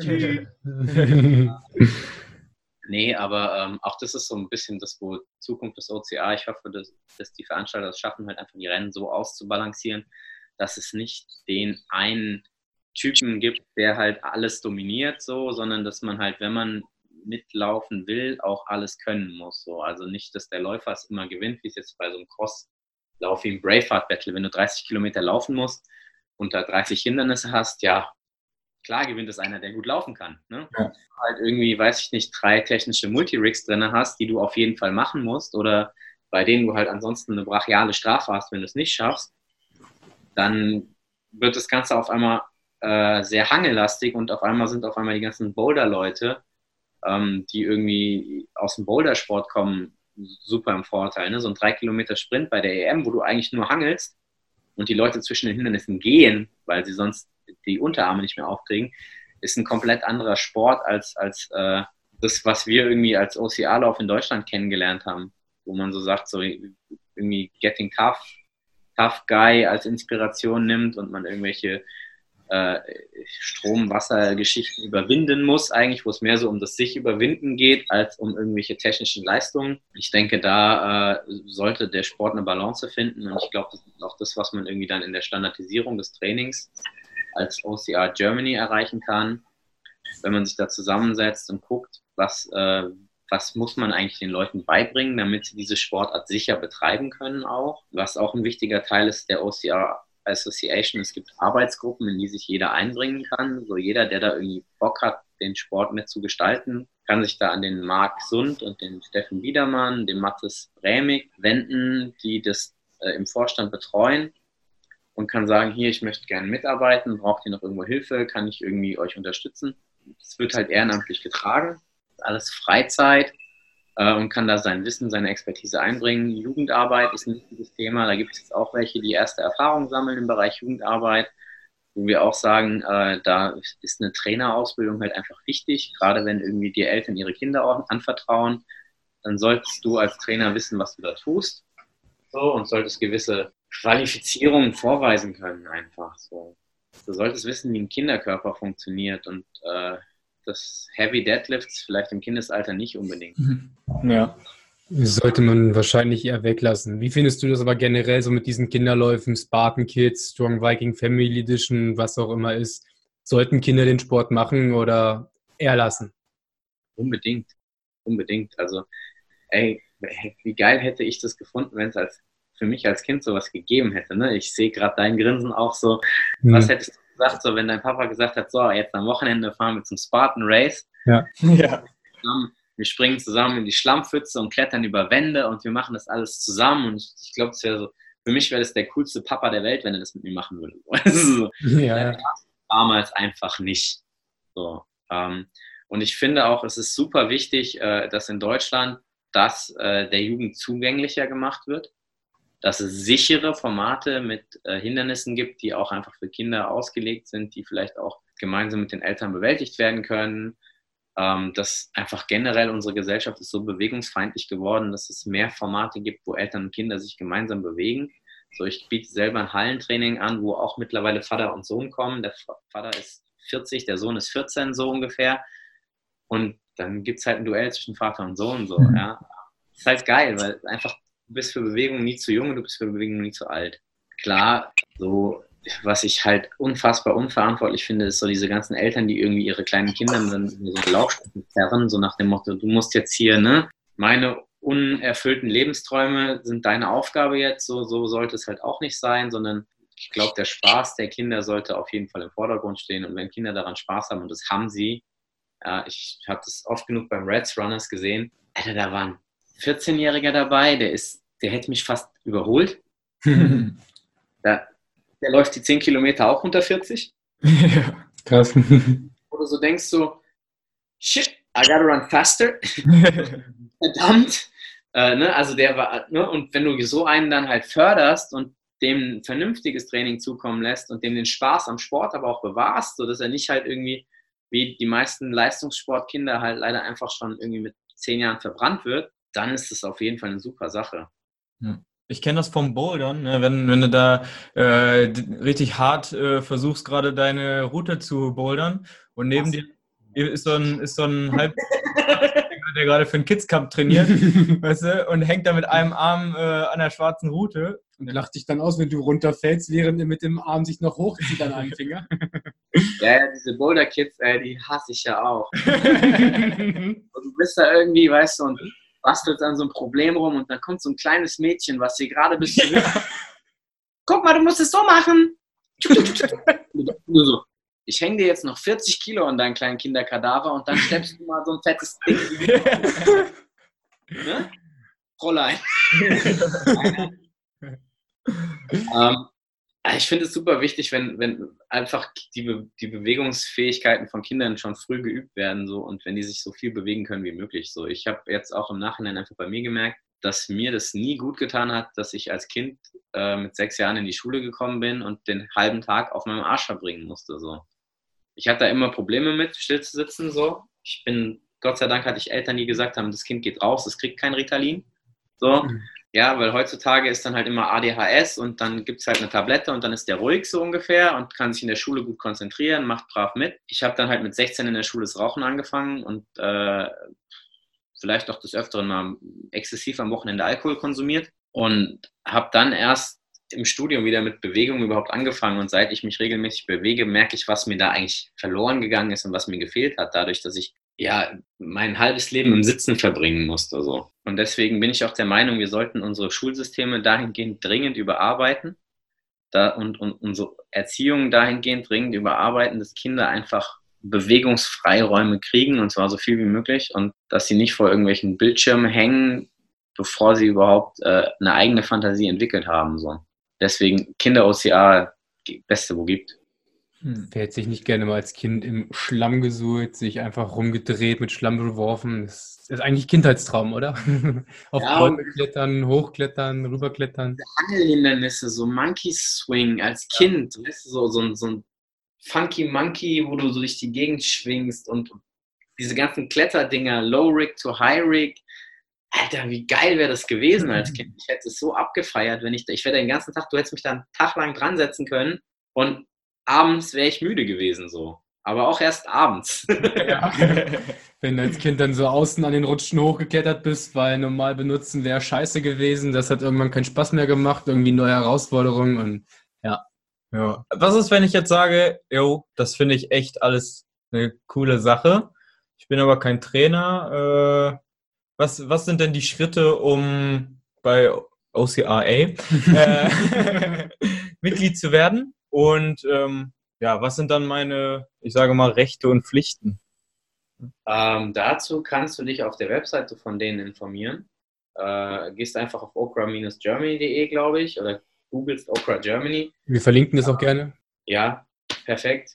B: Nee, aber auch das ist so ein bisschen das, wo Zukunft des OCR, ich hoffe, dass die Veranstalter es schaffen, halt einfach die Rennen so auszubalancieren, dass es nicht den einen Typen gibt, der halt alles dominiert, so, sondern dass man halt, wenn man mitlaufen will, auch alles können muss. So. Also nicht, dass der Läufer es immer gewinnt, wie es jetzt bei so einem Crosslauf wie im Braveheart-Battle, wenn du 30 Kilometer laufen musst und da 30 Hindernisse hast, ja, klar gewinnt es einer, der gut laufen kann. Ne? Ja. Halt irgendwie, weiß ich nicht, 3 technische Multirigs drin hast, die du auf jeden Fall machen musst oder bei denen du halt ansonsten eine brachiale Strafe hast, wenn du es nicht schaffst, dann wird das Ganze auf einmal sehr hangellastig und auf einmal die ganzen Boulder-Leute, die irgendwie aus dem Bouldersport kommen, super im Vorteil. Ne? So ein 3 Kilometer Sprint bei der EM, wo du eigentlich nur hangelst und die Leute zwischen den Hindernissen gehen, weil sie sonst die Unterarme nicht mehr aufkriegen, ist ein komplett anderer Sport als das, was wir irgendwie als OCR-Lauf in Deutschland kennengelernt haben, wo man so sagt, so irgendwie Getting Tough Guy als Inspiration nimmt und man irgendwelche Strom-Wasser-Geschichten überwinden muss, eigentlich, wo es mehr so um das sich überwinden geht, als um irgendwelche technischen Leistungen. Ich denke, da sollte der Sport eine Balance finden und ich glaube, das ist auch das, was man irgendwie dann in der Standardisierung des Trainings als OCR Germany erreichen kann, wenn man sich da zusammensetzt und guckt, was muss man eigentlich den Leuten beibringen, damit sie diese Sportart sicher betreiben können auch. Was auch ein wichtiger Teil ist der OCR Association. Es gibt Arbeitsgruppen, in die sich jeder einbringen kann. So jeder, der da irgendwie Bock hat, den Sport mit zu gestalten, kann sich da an den Marc Sund und den Steffen Biedermann, den Mathis Brämig wenden, die das im Vorstand betreuen und kann sagen, hier, ich möchte gerne mitarbeiten, braucht ihr noch irgendwo Hilfe, kann ich irgendwie euch unterstützen? Es wird halt ehrenamtlich getragen, alles Freizeit und kann da sein Wissen, seine Expertise einbringen. Jugendarbeit ist ein wichtiges Thema. Da gibt es jetzt auch welche, die erste Erfahrung sammeln im Bereich Jugendarbeit, wo wir auch sagen, da ist eine Trainerausbildung halt einfach wichtig. Gerade wenn irgendwie dir Eltern ihre Kinder auch anvertrauen, dann solltest du als Trainer wissen, was du da tust. So, und solltest gewisse Qualifizierungen vorweisen können einfach. So. Du solltest wissen, wie ein Kinderkörper funktioniert und das Heavy Deadlifts vielleicht im Kindesalter nicht unbedingt.
C: Ja. Das sollte man wahrscheinlich eher weglassen. Wie findest du das aber generell so mit diesen Kinderläufen, Spartan Kids, Strong Viking Family Edition, was auch immer ist? Sollten Kinder den Sport machen oder eher lassen?
B: Unbedingt. Also, ey, wie geil hätte ich das gefunden, wenn es für mich als Kind sowas gegeben hätte. Ne? Ich sehe gerade dein Grinsen auch so. Was hättest du gesagt, so wenn dein Papa gesagt hat, so, jetzt am Wochenende fahren wir zum Spartan Race.
C: Ja.
B: Wir springen zusammen in die Schlammpfütze und klettern über Wände und wir machen das alles zusammen. Und ich glaube, für mich wäre das der coolste Papa der Welt, wenn er das mit mir machen würde. Also,
C: Ja.
B: damals einfach nicht. So. Und ich finde auch, es ist super wichtig, dass in Deutschland der Jugend zugänglicher gemacht wird, dass es sichere Formate mit Hindernissen gibt, die auch einfach für Kinder ausgelegt sind, die vielleicht auch gemeinsam mit den Eltern bewältigt werden können. Dass einfach generell unsere Gesellschaft ist so bewegungsfeindlich geworden, dass es mehr Formate gibt, wo Eltern und Kinder sich gemeinsam bewegen. So, ich biete selber ein Hallentraining an, wo auch mittlerweile Vater und Sohn kommen. Der Vater ist 40, der Sohn ist 14 so ungefähr. Und dann gibt es halt ein Duell zwischen Vater und Sohn. So, ja. Das ist halt geil, weil einfach du bist für Bewegung nie zu jung und du bist für Bewegung nie zu alt. Klar, so was ich halt unfassbar unverantwortlich finde, ist so diese ganzen Eltern, die irgendwie ihre kleinen Kinder dann so einen Laufsteg zerren, so nach dem Motto, du musst jetzt hier, ne, meine unerfüllten Lebensträume sind deine Aufgabe jetzt, so sollte es halt auch nicht sein, sondern ich glaube, der Spaß der Kinder sollte auf jeden Fall im Vordergrund stehen und wenn Kinder daran Spaß haben und das haben sie, ja, ich habe das oft genug beim Reds Runners gesehen, Alter, da war ein 14-Jähriger dabei, der hätte mich fast überholt. Der läuft die 10 Kilometer auch unter 40.
C: Ja, krass.
B: Wo du so denkst so, shit, I gotta run faster. Verdammt. Ne? Also der war, ne? Und wenn du so einen dann halt förderst und dem ein vernünftiges Training zukommen lässt und dem den Spaß am Sport aber auch bewahrst, sodass er nicht halt irgendwie, wie die meisten Leistungssportkinder halt leider einfach schon irgendwie mit 10 Jahren verbrannt wird, dann ist das auf jeden Fall eine super Sache.
A: Ja. Ich kenne das vom Bouldern, ne? Wenn du da richtig hart versuchst, gerade deine Route zu bouldern und neben dir ist so ein halb der gerade für einen Kids-Cup trainiert, weißt du, und hängt da mit einem Arm an der schwarzen Route.
C: Und lacht dich dann aus, wenn du runterfällst, während er mit dem Arm sich noch hochzieht an einem Finger.
B: Ja, diese Boulder-Kids, die hasse ich ja auch. Und du bist da irgendwie, weißt du, und bastelst an so einem Problem rum und dann kommt so ein kleines Mädchen, was dir gerade bis zu guck mal, du musst es so machen. Nur so. Ich hänge dir jetzt noch 40 Kilo an deinen kleinen Kinderkadaver und dann schleppst du mal so ein fettes Ding. Ne? Fräulein. Ich finde es super wichtig, wenn einfach die Bewegungsfähigkeiten von Kindern schon früh geübt werden so und wenn die sich so viel bewegen können wie möglich. So. Ich habe jetzt auch im Nachhinein einfach bei mir gemerkt, dass mir das nie gut getan hat, dass ich als Kind mit 6 Jahren in die Schule gekommen bin und den halben Tag auf meinem Arsch verbringen musste. So. Ich hatte da immer Probleme mit, still zu sitzen. So. Gott sei Dank hatte ich Eltern, die gesagt haben, das Kind geht raus, es kriegt kein Ritalin. So. Ja, weil heutzutage ist dann halt immer ADHS und dann gibt es halt eine Tablette und dann ist der ruhig so ungefähr und kann sich in der Schule gut konzentrieren, macht brav mit. Ich habe dann halt mit 16 in der Schule das Rauchen angefangen und vielleicht auch des Öfteren mal exzessiv am Wochenende Alkohol konsumiert und habe dann erst im Studium wieder mit Bewegung überhaupt angefangen und seit ich mich regelmäßig bewege, merke ich, was mir da eigentlich verloren gegangen ist und was mir gefehlt hat, dadurch, dass ich ja mein halbes Leben im Sitzen verbringen musste. So. Und deswegen bin ich auch der Meinung, wir sollten unsere Schulsysteme dahingehend dringend überarbeiten und unsere Erziehung dahingehend dringend überarbeiten, dass Kinder einfach Bewegungsfreiräume kriegen und zwar so viel wie möglich und dass sie nicht vor irgendwelchen Bildschirmen hängen, bevor sie überhaupt eine eigene Fantasie entwickelt haben. So. Deswegen Kinder-OCR, Beste, wo gibt.
C: Wer hätte sich nicht gerne mal als Kind im Schlamm gesuhlt, sich einfach rumgedreht, mit Schlamm beworfen? Das ist eigentlich Kindheitstraum, oder? Auf Bäume klettern, hochklettern, rüberklettern.
B: Angelhindernisse, so Monkey Swing als Kind, weißt du, so ein Funky Monkey, wo du so durch die Gegend schwingst und diese ganzen Kletterdinger, Low Rig to High Rig. Alter, wie geil wäre das gewesen als Kind. Ich hätte es so abgefeiert, ich wäre den ganzen Tag, du hättest mich da einen Tag lang dran setzen können und abends wäre ich müde gewesen so. Aber auch erst abends.
C: Ja. Wenn du als Kind dann so außen an den Rutschen hochgeklettert bist, weil normal benutzen wäre scheiße gewesen. Das hat irgendwann keinen Spaß mehr gemacht. Irgendwie neue Herausforderungen und ja.
A: Was ist, wenn ich jetzt sage, das finde ich echt alles eine coole Sache. Ich bin aber kein Trainer. Was sind denn die Schritte, um bei OCRA Mitglied zu werden? Und was sind dann meine, ich sage mal, Rechte und Pflichten?
B: Dazu kannst du dich auf der Webseite von denen informieren. Gehst einfach auf okra-germany.de, glaube ich, oder googelst Okra Germany.
C: Wir verlinken das auch gerne.
B: Ja, perfekt.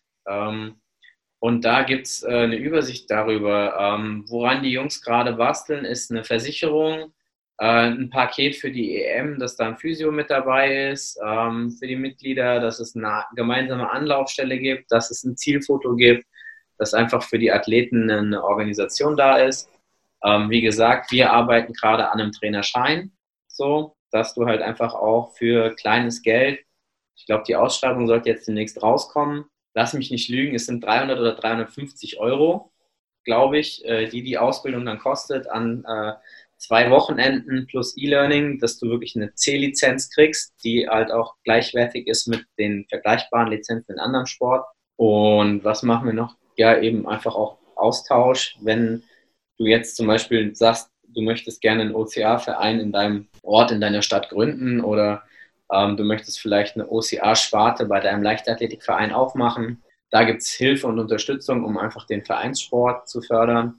B: Und da gibt es eine Übersicht darüber, woran die Jungs gerade basteln, ist eine Versicherung, ein Paket für die EM, dass da ein Physio mit dabei ist, für die Mitglieder, dass es eine gemeinsame Anlaufstelle gibt, dass es ein Zielfoto gibt, dass einfach für die Athleten eine Organisation da ist. Wie gesagt, wir arbeiten gerade an einem Trainerschein, so, dass du halt einfach auch für kleines Geld, ich glaube, die Ausschreibung sollte jetzt demnächst rauskommen, lass mich nicht lügen, es sind 300 oder 350 Euro, glaube ich, die Ausbildung dann kostet an 2 Wochenenden plus E-Learning, dass du wirklich eine C-Lizenz kriegst, die halt auch gleichwertig ist mit den vergleichbaren Lizenzen in anderen Sport. Und was machen wir noch? Ja, eben einfach auch Austausch. Wenn du jetzt zum Beispiel sagst, du möchtest gerne einen OCR-Verein in deinem Ort, in deiner Stadt gründen oder du möchtest vielleicht eine OCR-Sparte bei deinem Leichtathletikverein aufmachen. Da gibt es Hilfe und Unterstützung, um einfach den Vereinssport zu fördern.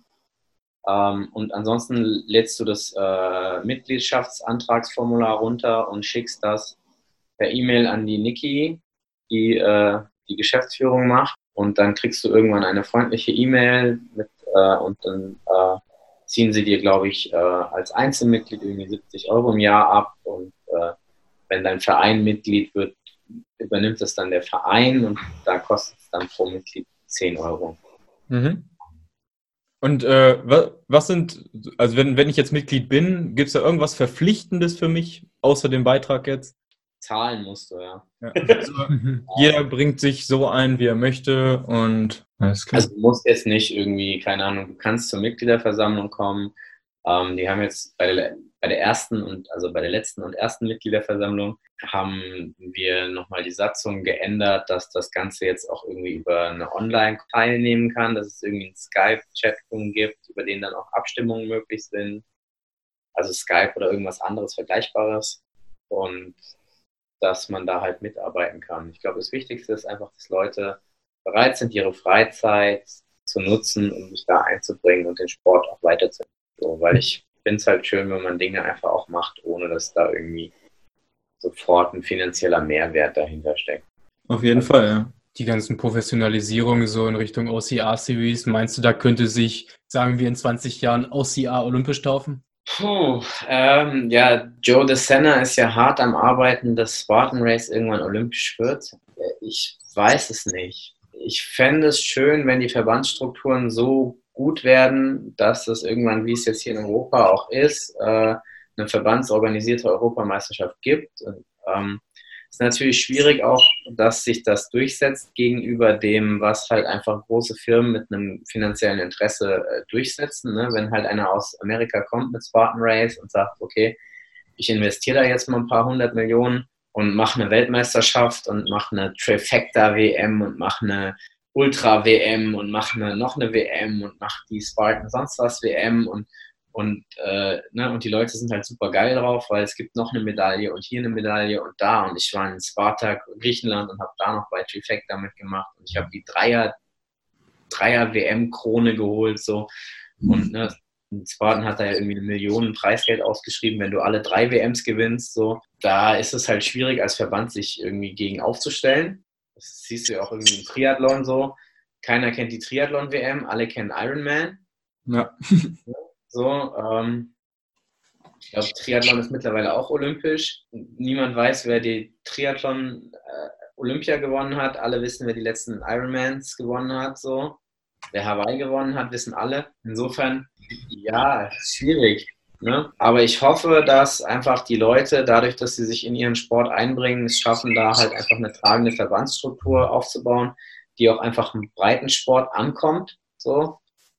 B: Und ansonsten lädst du das Mitgliedschaftsantragsformular runter und schickst das per E-Mail an die Niki, die die Geschäftsführung macht. Und dann kriegst du irgendwann eine freundliche E-Mail und dann ziehen sie dir, glaube ich, als Einzelmitglied irgendwie 70 Euro im Jahr ab. Und wenn dein Verein Mitglied wird, übernimmt es dann der Verein und da kostet es dann pro Mitglied 10 Euro.
A: Mhm. Und was sind, also wenn ich jetzt Mitglied bin, gibt es da irgendwas Verpflichtendes für mich, außer dem Beitrag jetzt?
B: Zahlen musst du, ja.
A: Also, jeder bringt sich so ein, wie er möchte und alles klar.
B: Also du musst jetzt nicht irgendwie, keine Ahnung, du kannst zur Mitgliederversammlung kommen. Die haben jetzt bei der ersten und also bei der letzten und ersten Mitgliederversammlung haben wir nochmal die Satzung geändert, dass das Ganze jetzt auch irgendwie über eine Online teilnehmen kann, dass es irgendwie einen Skype-Chat-Room gibt, über den dann auch Abstimmungen möglich sind. Also Skype oder irgendwas anderes Vergleichbares. Und dass man da halt mitarbeiten kann. Ich glaube, das Wichtigste ist einfach, dass Leute bereit sind, ihre Freizeit zu nutzen, um sich da einzubringen und den Sport auch weiterzuentwickeln. So, weil ich finde es halt schön, wenn man Dinge einfach auch macht, ohne dass da irgendwie sofort ein finanzieller Mehrwert dahinter steckt.
A: Auf jeden Fall, ja.
C: Die ganzen Professionalisierungen so in Richtung OCR-Series, meinst du, da könnte sich, sagen wir, in 20 Jahren OCR olympisch taufen?
B: Ja, Joe DeSena ist ja hart am Arbeiten, dass Spartan Race irgendwann olympisch wird. Ich weiß es nicht. Ich fände es schön, wenn die Verbandsstrukturen so gut werden, dass es irgendwann, wie es jetzt hier in Europa auch ist, eine verbandsorganisierte Europameisterschaft gibt. Ist natürlich schwierig auch, dass sich das durchsetzt gegenüber dem, was halt einfach große Firmen mit einem finanziellen Interesse durchsetzen. Ne? Wenn halt einer aus Amerika kommt mit Spartan Race und sagt, okay, ich investiere da jetzt mal ein paar 100 Millionen und mache eine Weltmeisterschaft und mache eine Trifecta-WM und mache eine Ultra-WM und mache noch eine WM und mache die Spartan sonst was WM und die Leute sind halt super geil drauf, weil es gibt noch eine Medaille und hier eine Medaille und da. Und ich war in Spartak, Griechenland und habe da noch bei Trifecta mitgemacht. Und ich habe die Dreier-WM-Krone geholt. So. Und Spartan hat da ja irgendwie 1 Million Preisgeld ausgeschrieben, wenn du alle 3 WMs gewinnst. So. Da ist es halt schwierig, als Verband sich irgendwie gegen aufzustellen. Das siehst du ja auch irgendwie im Triathlon so. Keiner kennt die Triathlon-WM, alle kennen Ironman.
A: Ja.
B: So, ich glaube, Triathlon ist mittlerweile auch olympisch. Niemand weiß, wer die Triathlon Olympia gewonnen hat. Alle wissen, wer die letzten Ironmans gewonnen hat. So. Wer Hawaii gewonnen hat, wissen alle. Insofern, ja, schwierig. Ne? Aber ich hoffe, dass einfach die Leute, dadurch, dass sie sich in ihren Sport einbringen, es schaffen, da halt einfach eine tragende Verbandsstruktur aufzubauen, die auch einfach im Breitensport ankommt. So.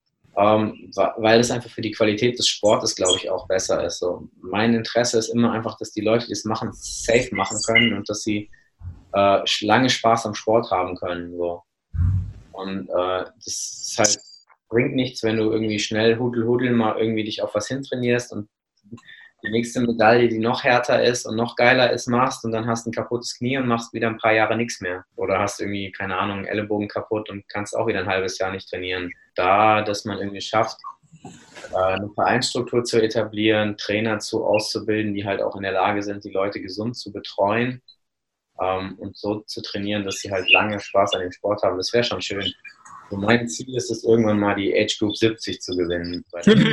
B: Weil es einfach für die Qualität des Sportes, glaube ich, auch besser ist. So, mein Interesse ist immer einfach, dass die Leute, die es machen, safe machen können und dass sie lange Spaß am Sport haben können. So. Und das ist halt, bringt nichts, wenn du irgendwie schnell hudel mal irgendwie dich auf was hintrainierst und die nächste Medaille, die noch härter ist und noch geiler ist, machst und dann hast du ein kaputtes Knie und machst wieder ein paar Jahre nichts mehr. Oder hast irgendwie, keine Ahnung, einen Ellenbogen kaputt und kannst auch wieder ein halbes Jahr nicht trainieren. Dass man irgendwie schafft, eine Vereinsstruktur zu etablieren, Trainer auszubilden, die halt auch in der Lage sind, die Leute gesund zu betreuen und so zu trainieren, dass sie halt lange Spaß an dem Sport haben. Das wäre schon schön. Und mein Ziel ist es, irgendwann mal die Age Group 70 zu gewinnen.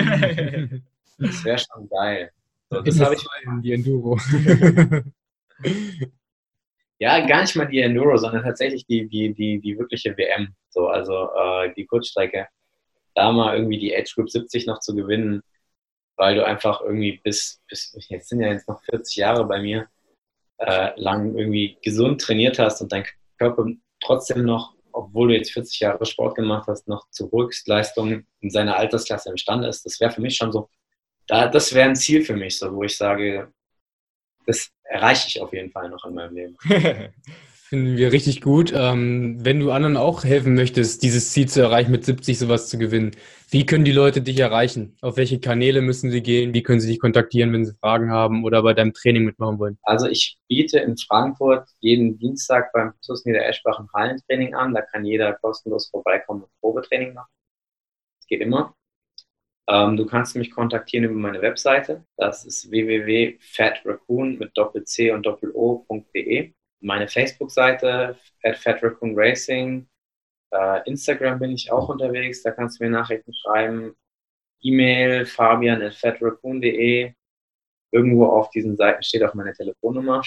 B: Das wäre schon geil. So, das habe ich
C: die Enduro.
B: Ja, gar nicht mal die Enduro, sondern tatsächlich die wirkliche WM. So, also die Kurzstrecke. Da mal irgendwie die Age Group 70 noch zu gewinnen, weil du einfach irgendwie jetzt sind ja jetzt noch 40 Jahre bei mir, lang irgendwie gesund trainiert hast und dein Körper trotzdem noch, obwohl du jetzt 40 Jahre Sport gemacht hast, noch zu Höchstleistungen in seiner Altersklasse imstande ist. Das wäre für mich schon so, das wäre ein Ziel für mich, so, wo ich sage, das erreiche ich auf jeden Fall noch in meinem Leben.
C: Finden wir richtig gut. Wenn du anderen auch helfen möchtest, dieses Ziel zu erreichen, mit 70 sowas zu gewinnen, wie können die Leute dich erreichen? Auf welche Kanäle müssen sie gehen? Wie können sie dich kontaktieren, wenn sie Fragen haben oder bei deinem Training mitmachen wollen?
B: Also ich biete in Frankfurt jeden Dienstag beim TuS Niedereschbach ein Hallentraining an. Da kann jeder kostenlos vorbeikommen und Probetraining machen. Das geht immer. Du kannst mich kontaktieren über meine Webseite. Das ist www.fatraccoon mit Doppel-C und Doppel-O.de. Meine Facebook-Seite @fatraccoonracing. Instagram bin ich auch unterwegs. Da kannst du mir Nachrichten schreiben. E-Mail fabian@fatraccoon.de. Irgendwo auf diesen Seiten steht auch meine Telefonnummer.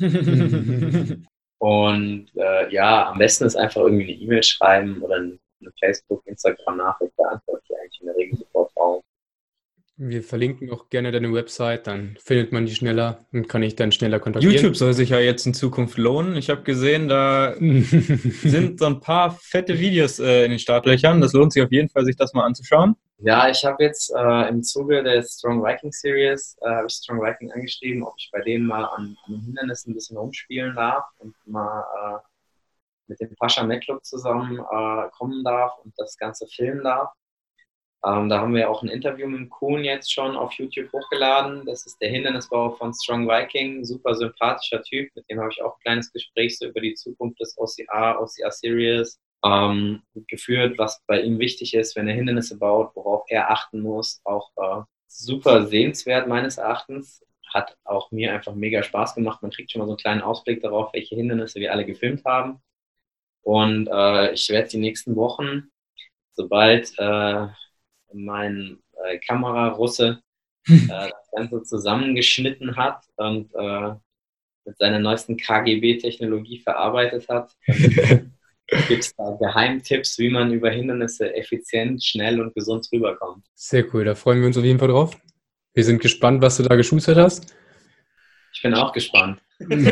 B: Und am besten ist einfach irgendwie eine E-Mail schreiben oder eine Facebook-, Instagram-Nachricht. Da antworte ich eigentlich in der Regel sofort drauf.
C: Wir verlinken auch gerne deine Website, dann findet man die schneller und kann ich dann schneller kontaktieren.
A: YouTube soll sich ja jetzt in Zukunft lohnen. Ich habe gesehen, da sind so ein paar fette Videos in den Startlöchern. Das lohnt sich auf jeden Fall, sich das mal anzuschauen.
B: Ja, ich habe jetzt im Zuge der Strong Viking Series habe ich Strong Viking angeschrieben, ob ich bei denen mal an den Hindernissen ein bisschen rumspielen darf und mal mit dem Pascha Mekluk zusammen kommen darf und das Ganze filmen darf. Da haben wir auch ein Interview mit dem Kuhn jetzt schon auf YouTube hochgeladen. Das ist der Hindernisbauer von Strong Viking, super sympathischer Typ. Mit dem habe ich auch ein kleines Gespräch so über die Zukunft des OCR Series geführt, was bei ihm wichtig ist, wenn er Hindernisse baut, worauf er achten muss. Auch super sehenswert meines Erachtens. hat auch mir einfach mega Spaß gemacht. Man kriegt schon mal so einen kleinen Ausblick darauf, welche Hindernisse wir alle gefilmt haben. Und ich werde die nächsten Wochen, sobald mein Kamerarusse das Ganze zusammengeschnitten hat und mit seiner neuesten KGB-Technologie verarbeitet hat, gibt es da Geheimtipps, wie man über Hindernisse effizient, schnell und gesund rüberkommt.
C: Sehr cool, da freuen wir uns auf jeden Fall drauf. Wir sind gespannt, was du da geschustert hast.
B: Ich bin auch gespannt.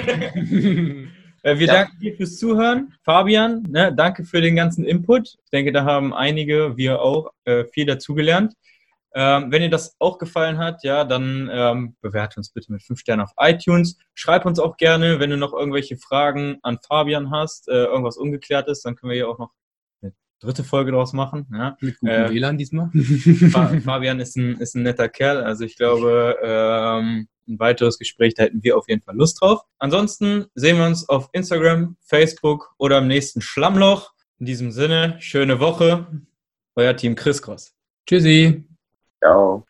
A: Wir danken dir fürs Zuhören. Fabian, ne, danke für den ganzen Input. Ich denke, da haben einige, wir auch, viel dazugelernt. Wenn ihr das auch gefallen hat, ja, dann bewerte uns bitte mit 5 Sternen auf iTunes. Schreib uns auch gerne, wenn du noch irgendwelche Fragen an Fabian hast, irgendwas ungeklärt ist, dann können wir hier auch noch eine 3. Folge draus machen. Ja.
C: Mit gutem WLAN diesmal.
A: Fabian ist ein netter Kerl, also ich glaube, ein weiteres Gespräch, da hätten wir auf jeden Fall Lust drauf. Ansonsten sehen wir uns auf Instagram, Facebook oder im nächsten Schlammloch. In diesem Sinne, schöne Woche. Euer Team Crisscross.
C: Tschüssi.
B: Ciao.